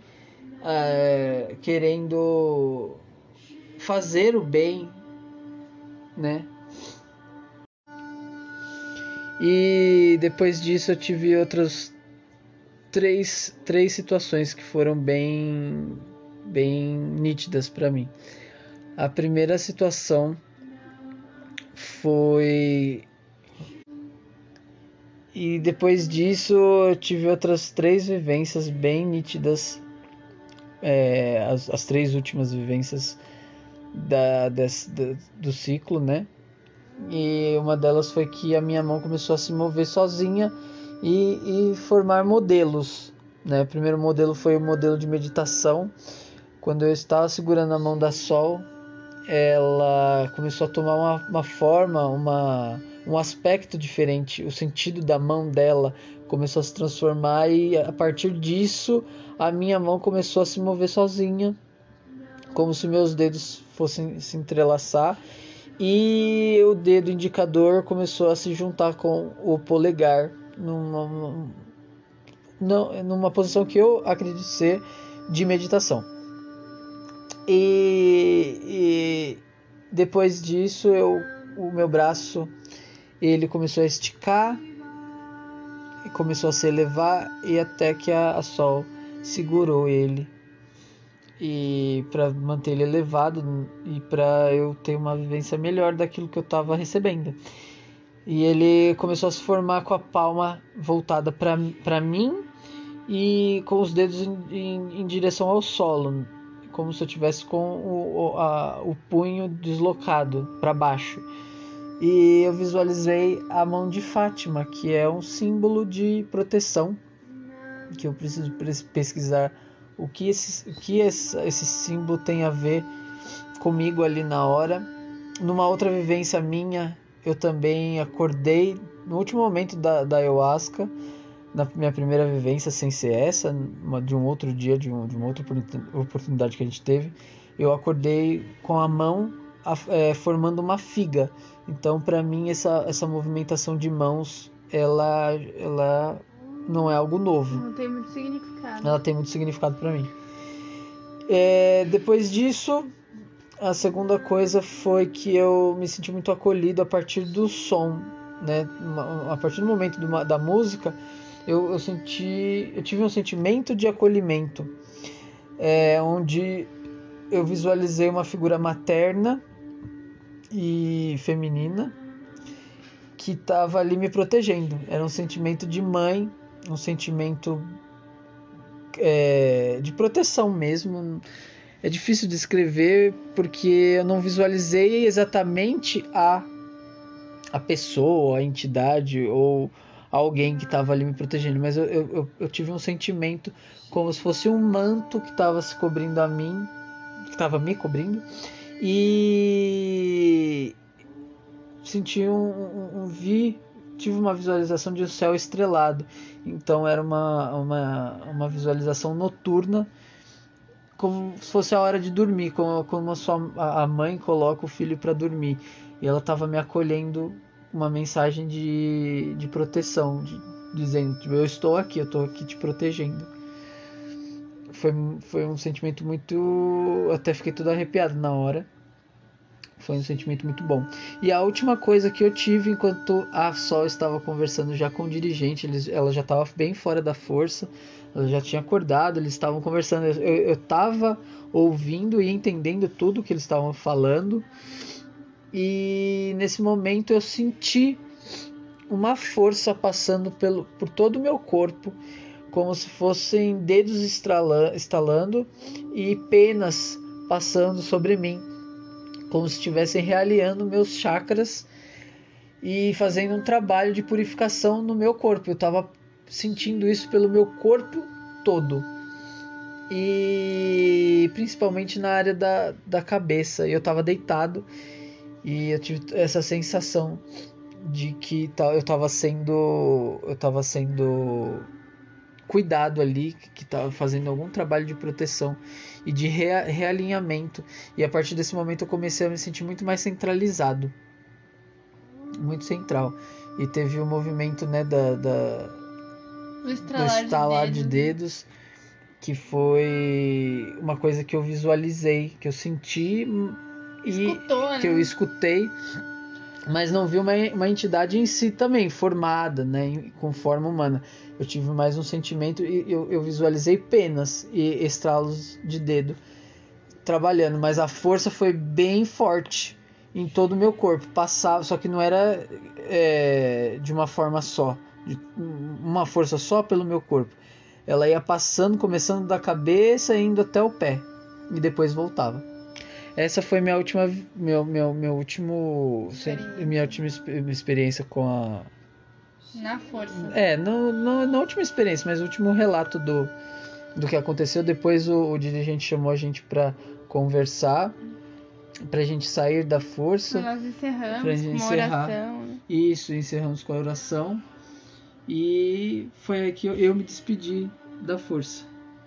querendo fazer o bem, né? E depois disso eu tive outras três situações que foram bem nítidas para mim. A primeira situação foi... E depois disso eu tive outras 3 vivências bem nítidas. As 3 últimas vivências do ciclo, né? E uma delas foi que a minha mão começou a se mover sozinha e formar modelos, né? O primeiro modelo foi o modelo de meditação. Quando eu estava segurando a mão da Sol, ela começou a tomar uma forma, um aspecto diferente. O sentido da mão dela começou a se transformar e a partir disso a minha mão começou a se mover sozinha, como se meus dedos fossem se entrelaçar, e o dedo indicador começou a se juntar com o polegar numa posição que eu acredito ser de meditação. E depois disso o meu braço ele começou a esticar, começou a se elevar, e até que a Sol segurou ele, e para manter ele elevado e para eu ter uma vivência melhor daquilo que eu estava recebendo. E ele começou a se formar com a palma voltada para mim e com os dedos em direção ao solo, como se eu tivesse com o punho deslocado para baixo. E eu visualizei a mão de Fátima, que é um símbolo de proteção, que eu preciso pesquisar o que esse símbolo tem a ver comigo ali na hora. Numa outra vivência minha, eu também acordei no último momento da ayahuasca, na minha primeira vivência, sem ser essa, de um outro dia, de uma outra oportunidade que a gente teve. Eu acordei com a mão formando uma figa. Então, para mim, essa movimentação de mãos, ela não é algo novo. Não tem muito significado. Ela tem muito significado para mim. Depois disso, a segunda coisa foi que eu me senti muito acolhido a partir do som, né? A partir do momento da música, eu tive um sentimento de acolhimento, onde eu visualizei uma figura materna e feminina que estava ali me protegendo. Era um sentimento de mãe, um sentimento de proteção mesmo. É difícil descrever porque eu não visualizei exatamente a pessoa, a entidade ou alguém que estava ali me protegendo, mas eu tive um sentimento como se fosse um manto que estava se cobrindo a mim, que estava me cobrindo, e senti tive uma visualização de um céu estrelado. Então era uma visualização noturna, como se fosse a hora de dormir, como a mãe coloca o filho para dormir, e ela estava me acolhendo, uma mensagem de proteção, dizendo, tipo, eu estou aqui te protegendo. Foi um sentimento muito... Até fiquei todo arrepiado na hora. Foi um sentimento muito bom. E a última coisa que eu tive enquanto a Sol estava conversando já com o dirigente, ela já estava bem fora da força, ela já tinha acordado, eles estavam conversando, eu estava ouvindo e entendendo tudo que eles estavam falando, e nesse momento eu senti uma força passando por todo o meu corpo, como se fossem dedos estalando e penas passando sobre mim, como se estivessem realinhando meus chakras e fazendo um trabalho de purificação no meu corpo. Eu estava sentindo isso pelo meu corpo todo. e principalmente na área da cabeça. Eu estava deitado e eu tive essa sensação de que eu estava sendo cuidado ali, que estava fazendo algum trabalho de proteção e de realinhamento. E a partir desse momento eu comecei a me sentir muito mais centralizado, muito central. E teve o movimento, né, O do estalar de dedos, que foi uma coisa que eu visualizei, que eu senti Escutou, que eu escutei, mas não vi uma entidade em si também, formada, né, com forma humana. Eu tive mais um sentimento e eu visualizei penas e estralos de dedo trabalhando, mas a força foi bem forte em todo o meu corpo. Passava, só que não era de uma forma só, de uma força só pelo meu corpo. Ela ia passando, começando da cabeça, indo até o pé e depois voltava. Essa foi minha última experiência com a... Na força. Na última experiência, mas o último relato do que aconteceu. Depois o dirigente chamou a gente para conversar, pra gente sair da força. Nós encerramos com uma oração. Isso, encerramos com a oração. E foi aí que eu me despedi da força.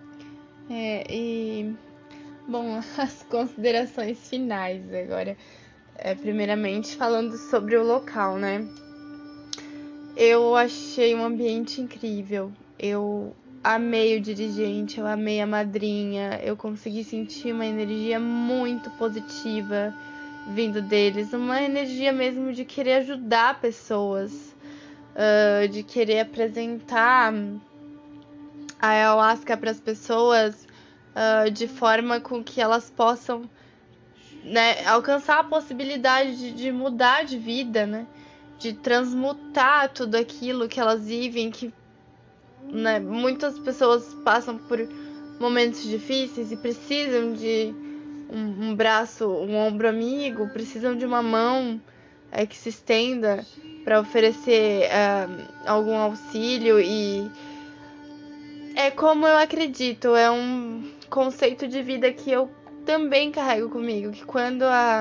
Bom, as considerações finais agora. Primeiramente falando sobre o local, né? Eu achei um ambiente incrível. Eu amei o dirigente, eu amei a madrinha. Eu consegui sentir uma energia muito positiva vindo deles. Uma energia mesmo de querer ajudar pessoas, de querer apresentar a ayahuasca para as pessoas de forma com que elas possam, né, alcançar a possibilidade de mudar de vida, né? De transmutar tudo aquilo que elas vivem, que, né, muitas pessoas passam por momentos difíceis e precisam de um braço, um ombro amigo, precisam de uma mão que se estenda para oferecer algum auxílio. E é como eu acredito, é um conceito de vida que eu também carrego comigo, que quando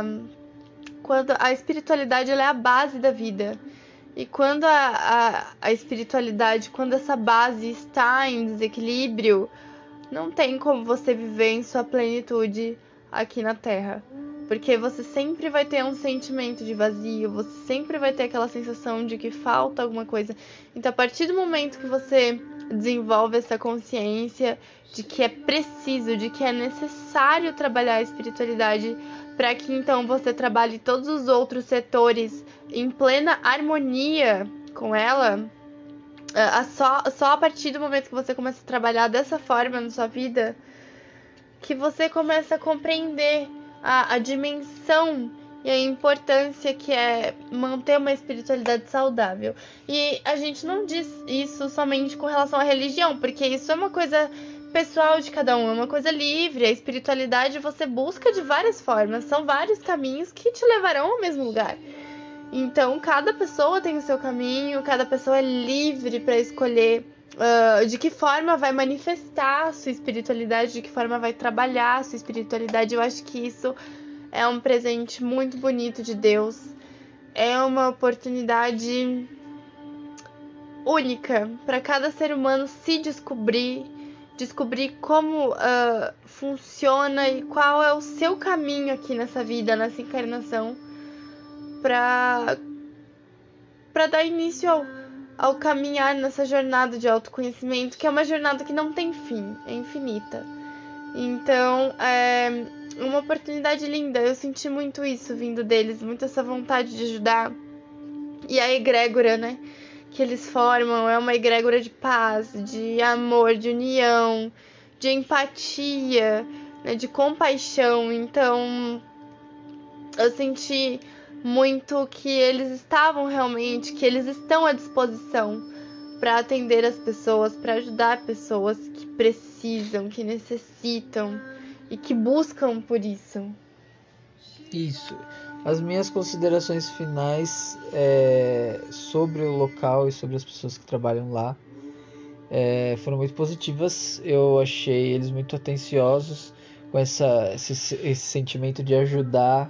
a espiritualidade ela é a base da vida, e quando a espiritualidade, quando essa base está em desequilíbrio, não tem como você viver em sua plenitude aqui na Terra, porque você sempre vai ter um sentimento de vazio, você sempre vai ter aquela sensação de que falta alguma coisa. Então, a partir do momento que você desenvolve essa consciência de que é preciso, de que é necessário trabalhar a espiritualidade para que então você trabalhe todos os outros setores em plena harmonia com ela, só a partir do momento que você começa a trabalhar dessa forma na sua vida, que você começa a compreender a dimensão e a importância que é manter uma espiritualidade saudável. E a gente não diz isso somente com relação à religião, porque isso é uma coisa pessoal de cada um, é uma coisa livre. A espiritualidade você busca de várias formas, são vários caminhos que te levarão ao mesmo lugar. Então, cada pessoa tem o seu caminho, cada pessoa é livre para escolher de que forma vai manifestar a sua espiritualidade, de que forma vai trabalhar a sua espiritualidade. Eu acho que isso é um presente muito bonito de Deus. É uma oportunidade única para cada ser humano se descobrir como funciona e qual é o seu caminho aqui nessa vida, nessa encarnação, para dar início ao caminhar nessa jornada de autoconhecimento, que é uma jornada que não tem fim, é infinita. Então, é uma oportunidade linda. Eu senti muito isso vindo deles, muito essa vontade de ajudar. E a egrégora, né, que eles formam é uma egrégora de paz, de amor, de união, de empatia, né, de compaixão. Então, eu senti muito que eles estavam realmente, que eles estão à disposição para atender as pessoas, para ajudar pessoas que precisam, que necessitam e que buscam por isso. Isso. As minhas considerações finais sobre o local e sobre as pessoas que trabalham lá foram muito positivas. Eu achei eles muito atenciosos com esse sentimento de ajudar,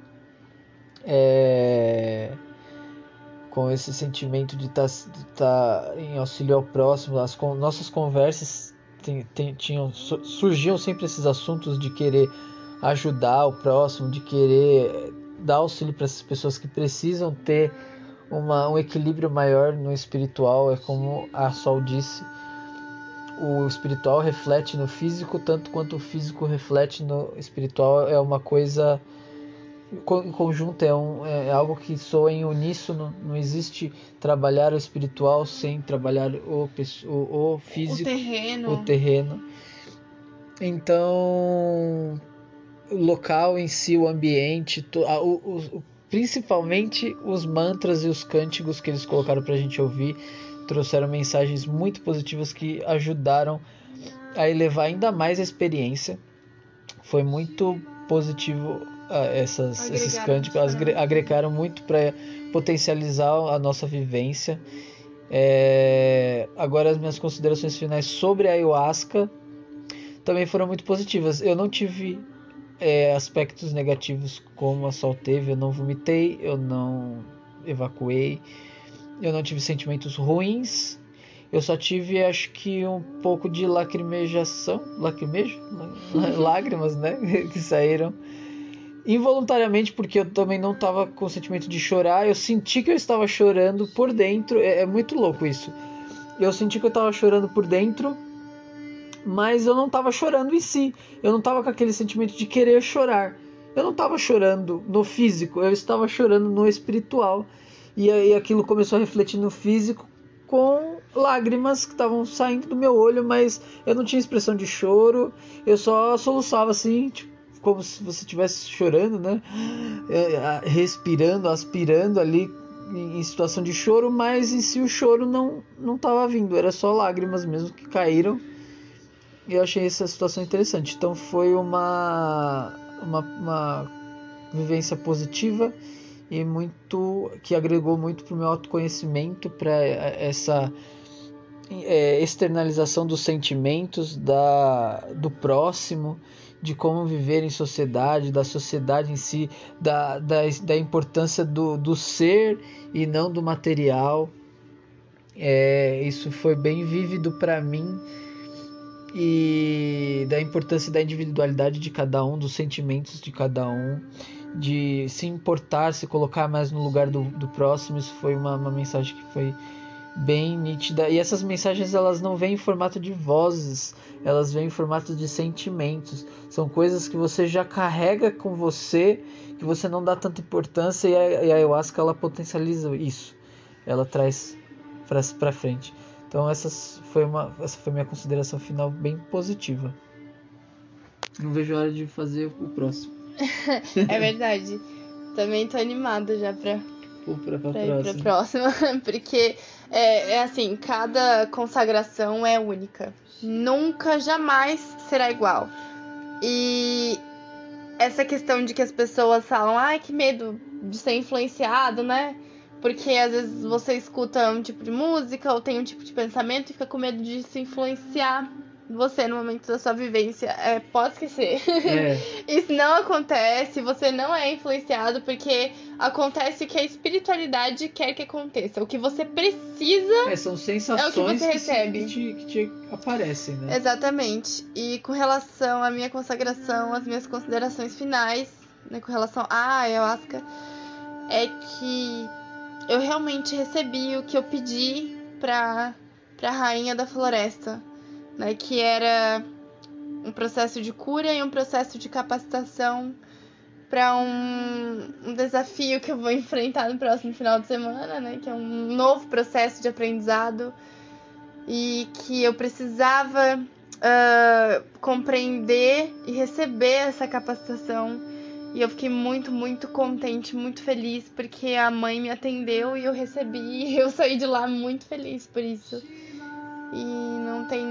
com esse sentimento de estar em auxílio ao próximo. Nossas conversas surgiam sempre esses assuntos de querer ajudar o próximo, de querer dar auxílio para essas pessoas que precisam ter um equilíbrio maior no espiritual. É como a Sol disse, o espiritual reflete no físico tanto quanto o físico reflete no espiritual. É uma coisa em conjunto, é algo que soa em uníssono. Não existe trabalhar o espiritual sem trabalhar o físico, o terreno. Então, o local em si, o ambiente, principalmente os mantras e os cânticos que eles colocaram pra gente ouvir, trouxeram mensagens muito positivas que ajudaram a elevar ainda mais a experiência. Foi muito positivo. Esses cânticos agregaram muito para potencializar a nossa vivência. Agora, as minhas considerações finais sobre a ayahuasca também foram muito positivas. Eu não tive aspectos negativos como a Sol teve. Eu não vomitei, eu não evacuei, eu não tive sentimentos ruins. Eu só tive, acho que, um pouco de lacrimejação, lágrimas, né, que saíram involuntariamente, porque eu também não estava com o sentimento de chorar. Eu senti que eu estava chorando por dentro. É muito louco isso. Eu senti que eu estava chorando por dentro, mas eu não estava chorando em si. Eu não estava com aquele sentimento de querer chorar. Eu não estava chorando no físico, eu estava chorando no espiritual. E aí aquilo começou a refletir no físico com lágrimas que estavam saindo do meu olho, mas eu não tinha expressão de choro. Eu só soluçava assim, tipo, como se você estivesse chorando, né? Respirando, aspirando ali em situação de choro, mas em si o choro não estava vindo, era só lágrimas mesmo que caíram. E eu achei essa situação interessante. Então foi uma vivência positiva e que agregou muito para o meu autoconhecimento, para essa externalização dos sentimentos do próximo, de como viver em sociedade, da sociedade em si, da importância do ser e não do material. Isso foi bem vívido para mim, e da importância da individualidade de cada um, dos sentimentos de cada um, de se importar, se colocar mais no lugar do próximo. Isso foi uma mensagem que foi bem nítida. E essas mensagens, elas não vêm em formato de vozes, elas vêm em formato de sentimentos. São coisas que você já carrega com você, que você não dá tanta importância, e a ayahuasca, ela potencializa isso, ela traz para frente. Então essa foi minha consideração final, bem positiva. Não vejo a hora de fazer o próximo. É verdade. Também tô animada já pra ir pra próxima. Porque assim, cada consagração é única. Nunca, jamais será igual. E essa questão de que as pessoas falam, ai, que medo de ser influenciado, né? Porque às vezes você escuta um tipo de música ou tem um tipo de pensamento e fica com medo de se influenciar você no momento da sua vivência. Pode esquecer. Isso não acontece, você não é influenciado, porque acontece o que a espiritualidade quer que aconteça. O que você precisa são sensações é o que você recebe. Que te aparecem, né? Exatamente. E com relação à minha consagração, as minhas considerações finais, né, com relação à ayahuasca, é que eu realmente recebi o que eu pedi pra Rainha da Floresta, né, que era um processo de cura e um processo de capacitação para um desafio que eu vou enfrentar no próximo final de semana, né, que é um novo processo de aprendizado, e que eu precisava compreender e receber essa capacitação. E eu fiquei muito, muito contente, muito feliz, porque a mãe me atendeu e eu recebi, e eu saí de lá muito feliz por isso. E não tem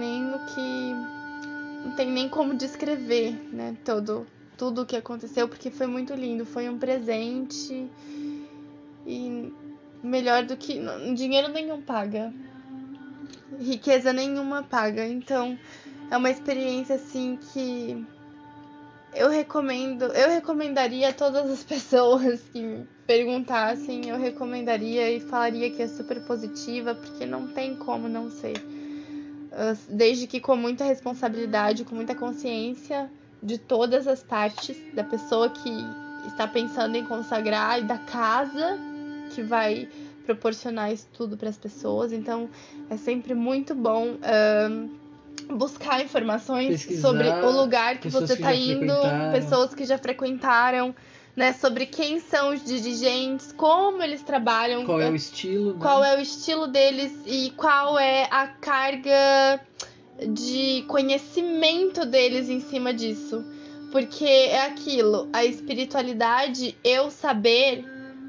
nem como descrever, né, tudo o que aconteceu, porque foi muito lindo, foi um presente, e melhor do que dinheiro nenhum paga. riqueza nenhuma paga. Então, é uma experiência, assim, que eu recomendaria a todas as pessoas que me perguntassem, eu recomendaria e falaria que é super positiva, porque não tem como não ser. Desde que com muita responsabilidade, com muita consciência de todas as partes, da pessoa que está pensando em consagrar e da casa que vai proporcionar isso tudo para as pessoas. Então, é sempre muito bom buscar informações sobre o lugar que você está indo, pessoas que já frequentaram, né, sobre quem são os dirigentes, como eles trabalham, qual é o estilo, né? Qual é o estilo deles e qual é a carga de conhecimento deles em cima disso. Porque é aquilo, a espiritualidade, eu saber,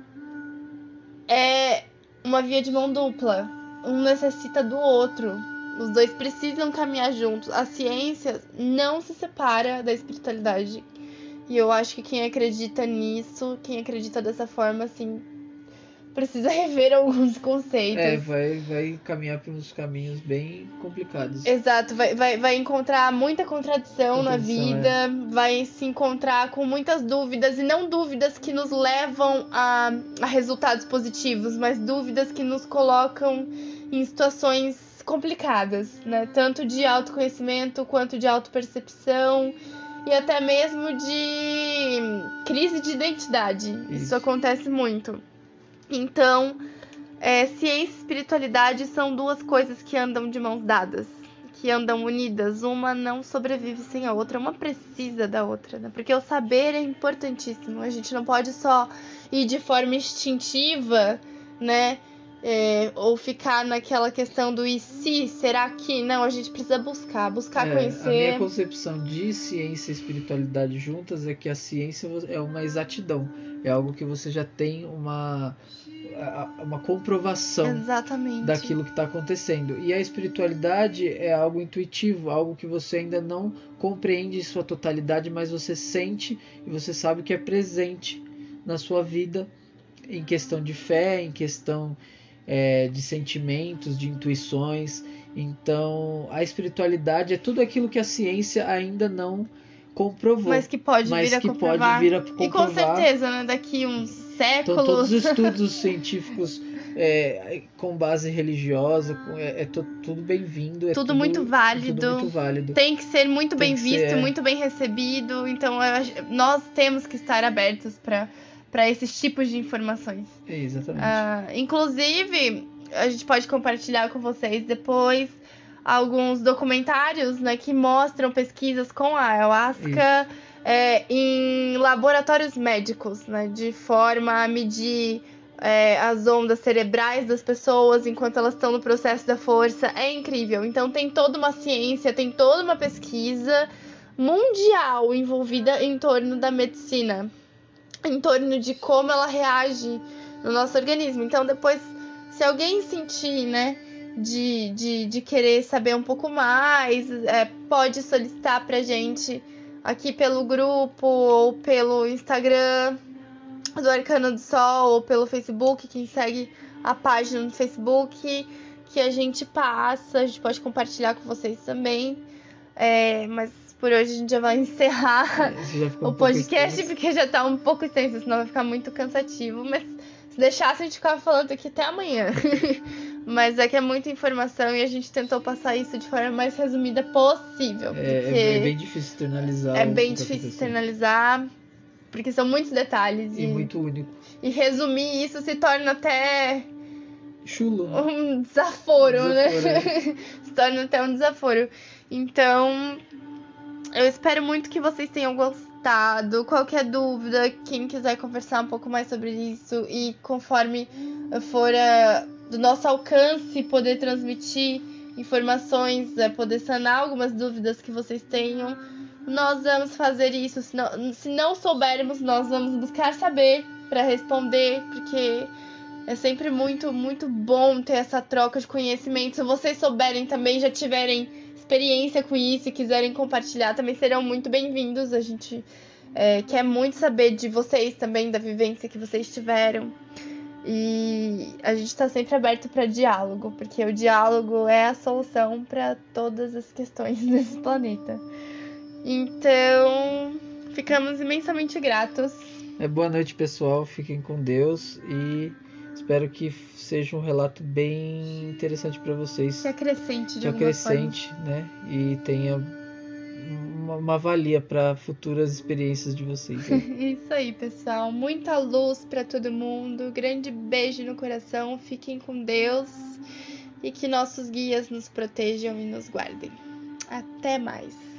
é uma via de mão dupla. Um necessita do outro. Os dois precisam caminhar juntos. A ciência não se separa da espiritualidade. E eu acho que quem acredita nisso, quem acredita dessa forma, assim, precisa rever alguns conceitos. Vai caminhar por uns caminhos bem complicados. Exato, vai encontrar muita contradição na vida, vai se encontrar com muitas dúvidas, e não dúvidas que nos levam a resultados positivos, mas dúvidas que nos colocam em situações complicadas, né? Tanto de autoconhecimento quanto de autopercepção e até mesmo de crise de identidade. Isso acontece muito. Então, ciência e espiritualidade são duas coisas que andam de mãos dadas, que andam unidas. Uma não sobrevive sem a outra, uma precisa da outra, né? Porque o saber é importantíssimo. A gente não pode só ir de forma instintiva, né? Ou ficar naquela questão do e se, será que? Não, a gente precisa buscar conhecer. A minha concepção de ciência e espiritualidade juntas é que a ciência é uma exatidão, é algo que você já tem uma comprovação Exatamente daquilo que está acontecendo. E a espiritualidade é algo intuitivo, algo que você ainda não compreende em sua totalidade, mas você sente e você sabe que é presente na sua vida, em questão de fé, em questão de sentimentos, de intuições. Então, a espiritualidade é tudo aquilo que a ciência ainda não comprovou. Mas que pode vir a comprovar. E com certeza, né? Daqui uns séculos. Então, todos os estudos científicos com base religiosa, tudo bem-vindo. Tudo muito válido. Tudo muito válido. Tem que ser muito bem visto, muito bem recebido. Então, nós temos que estar abertos para esses tipos de informações. Exatamente. Inclusive, a gente pode compartilhar com vocês depois alguns documentários, né, que mostram pesquisas com a ayahuasca em laboratórios médicos, né, de forma a medir as ondas cerebrais das pessoas enquanto elas estão no processo da força. É incrível. Então tem toda uma ciência, tem toda uma pesquisa mundial envolvida em torno da medicina, em torno de como ela reage no nosso organismo. Então depois, se alguém sentir, né, de querer saber um pouco mais, pode solicitar pra gente aqui pelo grupo ou pelo Instagram do Arcana do Sol, ou pelo Facebook, quem segue a página no Facebook, que a gente pode compartilhar com vocês também. Mas por hoje a gente já vai encerrar o podcast, porque já tá um pouco extenso, senão vai ficar muito cansativo. Mas se deixasse, a gente ficava falando aqui até amanhã. Mas é que é muita informação e a gente tentou passar isso de forma mais resumida possível. É bem difícil externalizar. É bem difícil externalizar, porque são muitos detalhes. E muito único. E resumir isso se torna até chulo, né? Um desaforo, né? Se torna até um desaforo. Então, eu espero muito que vocês tenham gostado. Qualquer dúvida, quem quiser conversar um pouco mais sobre isso e conforme for do nosso alcance poder transmitir informações, poder sanar algumas dúvidas que vocês tenham, nós vamos fazer isso. Se não soubermos, nós vamos buscar saber para responder, porque é sempre muito, muito bom ter essa troca de conhecimento. Se vocês souberem também, já tiverem experiência com isso e quiserem compartilhar, também serão muito bem-vindos. A gente quer muito saber de vocês também, da vivência que vocês tiveram. E a gente está sempre aberto para diálogo, porque o diálogo é a solução para todas as questões desse planeta. Então, ficamos imensamente gratos. Boa noite, pessoal. Fiquem com Deus e espero que seja um relato bem interessante para vocês. Que acrescente de que alguma acrescente, forma. né? E tenha uma valia para futuras experiências de vocês. Isso aí, pessoal. Muita luz para todo mundo. Grande beijo no coração. Fiquem com Deus e que nossos guias nos protejam e nos guardem. Até mais.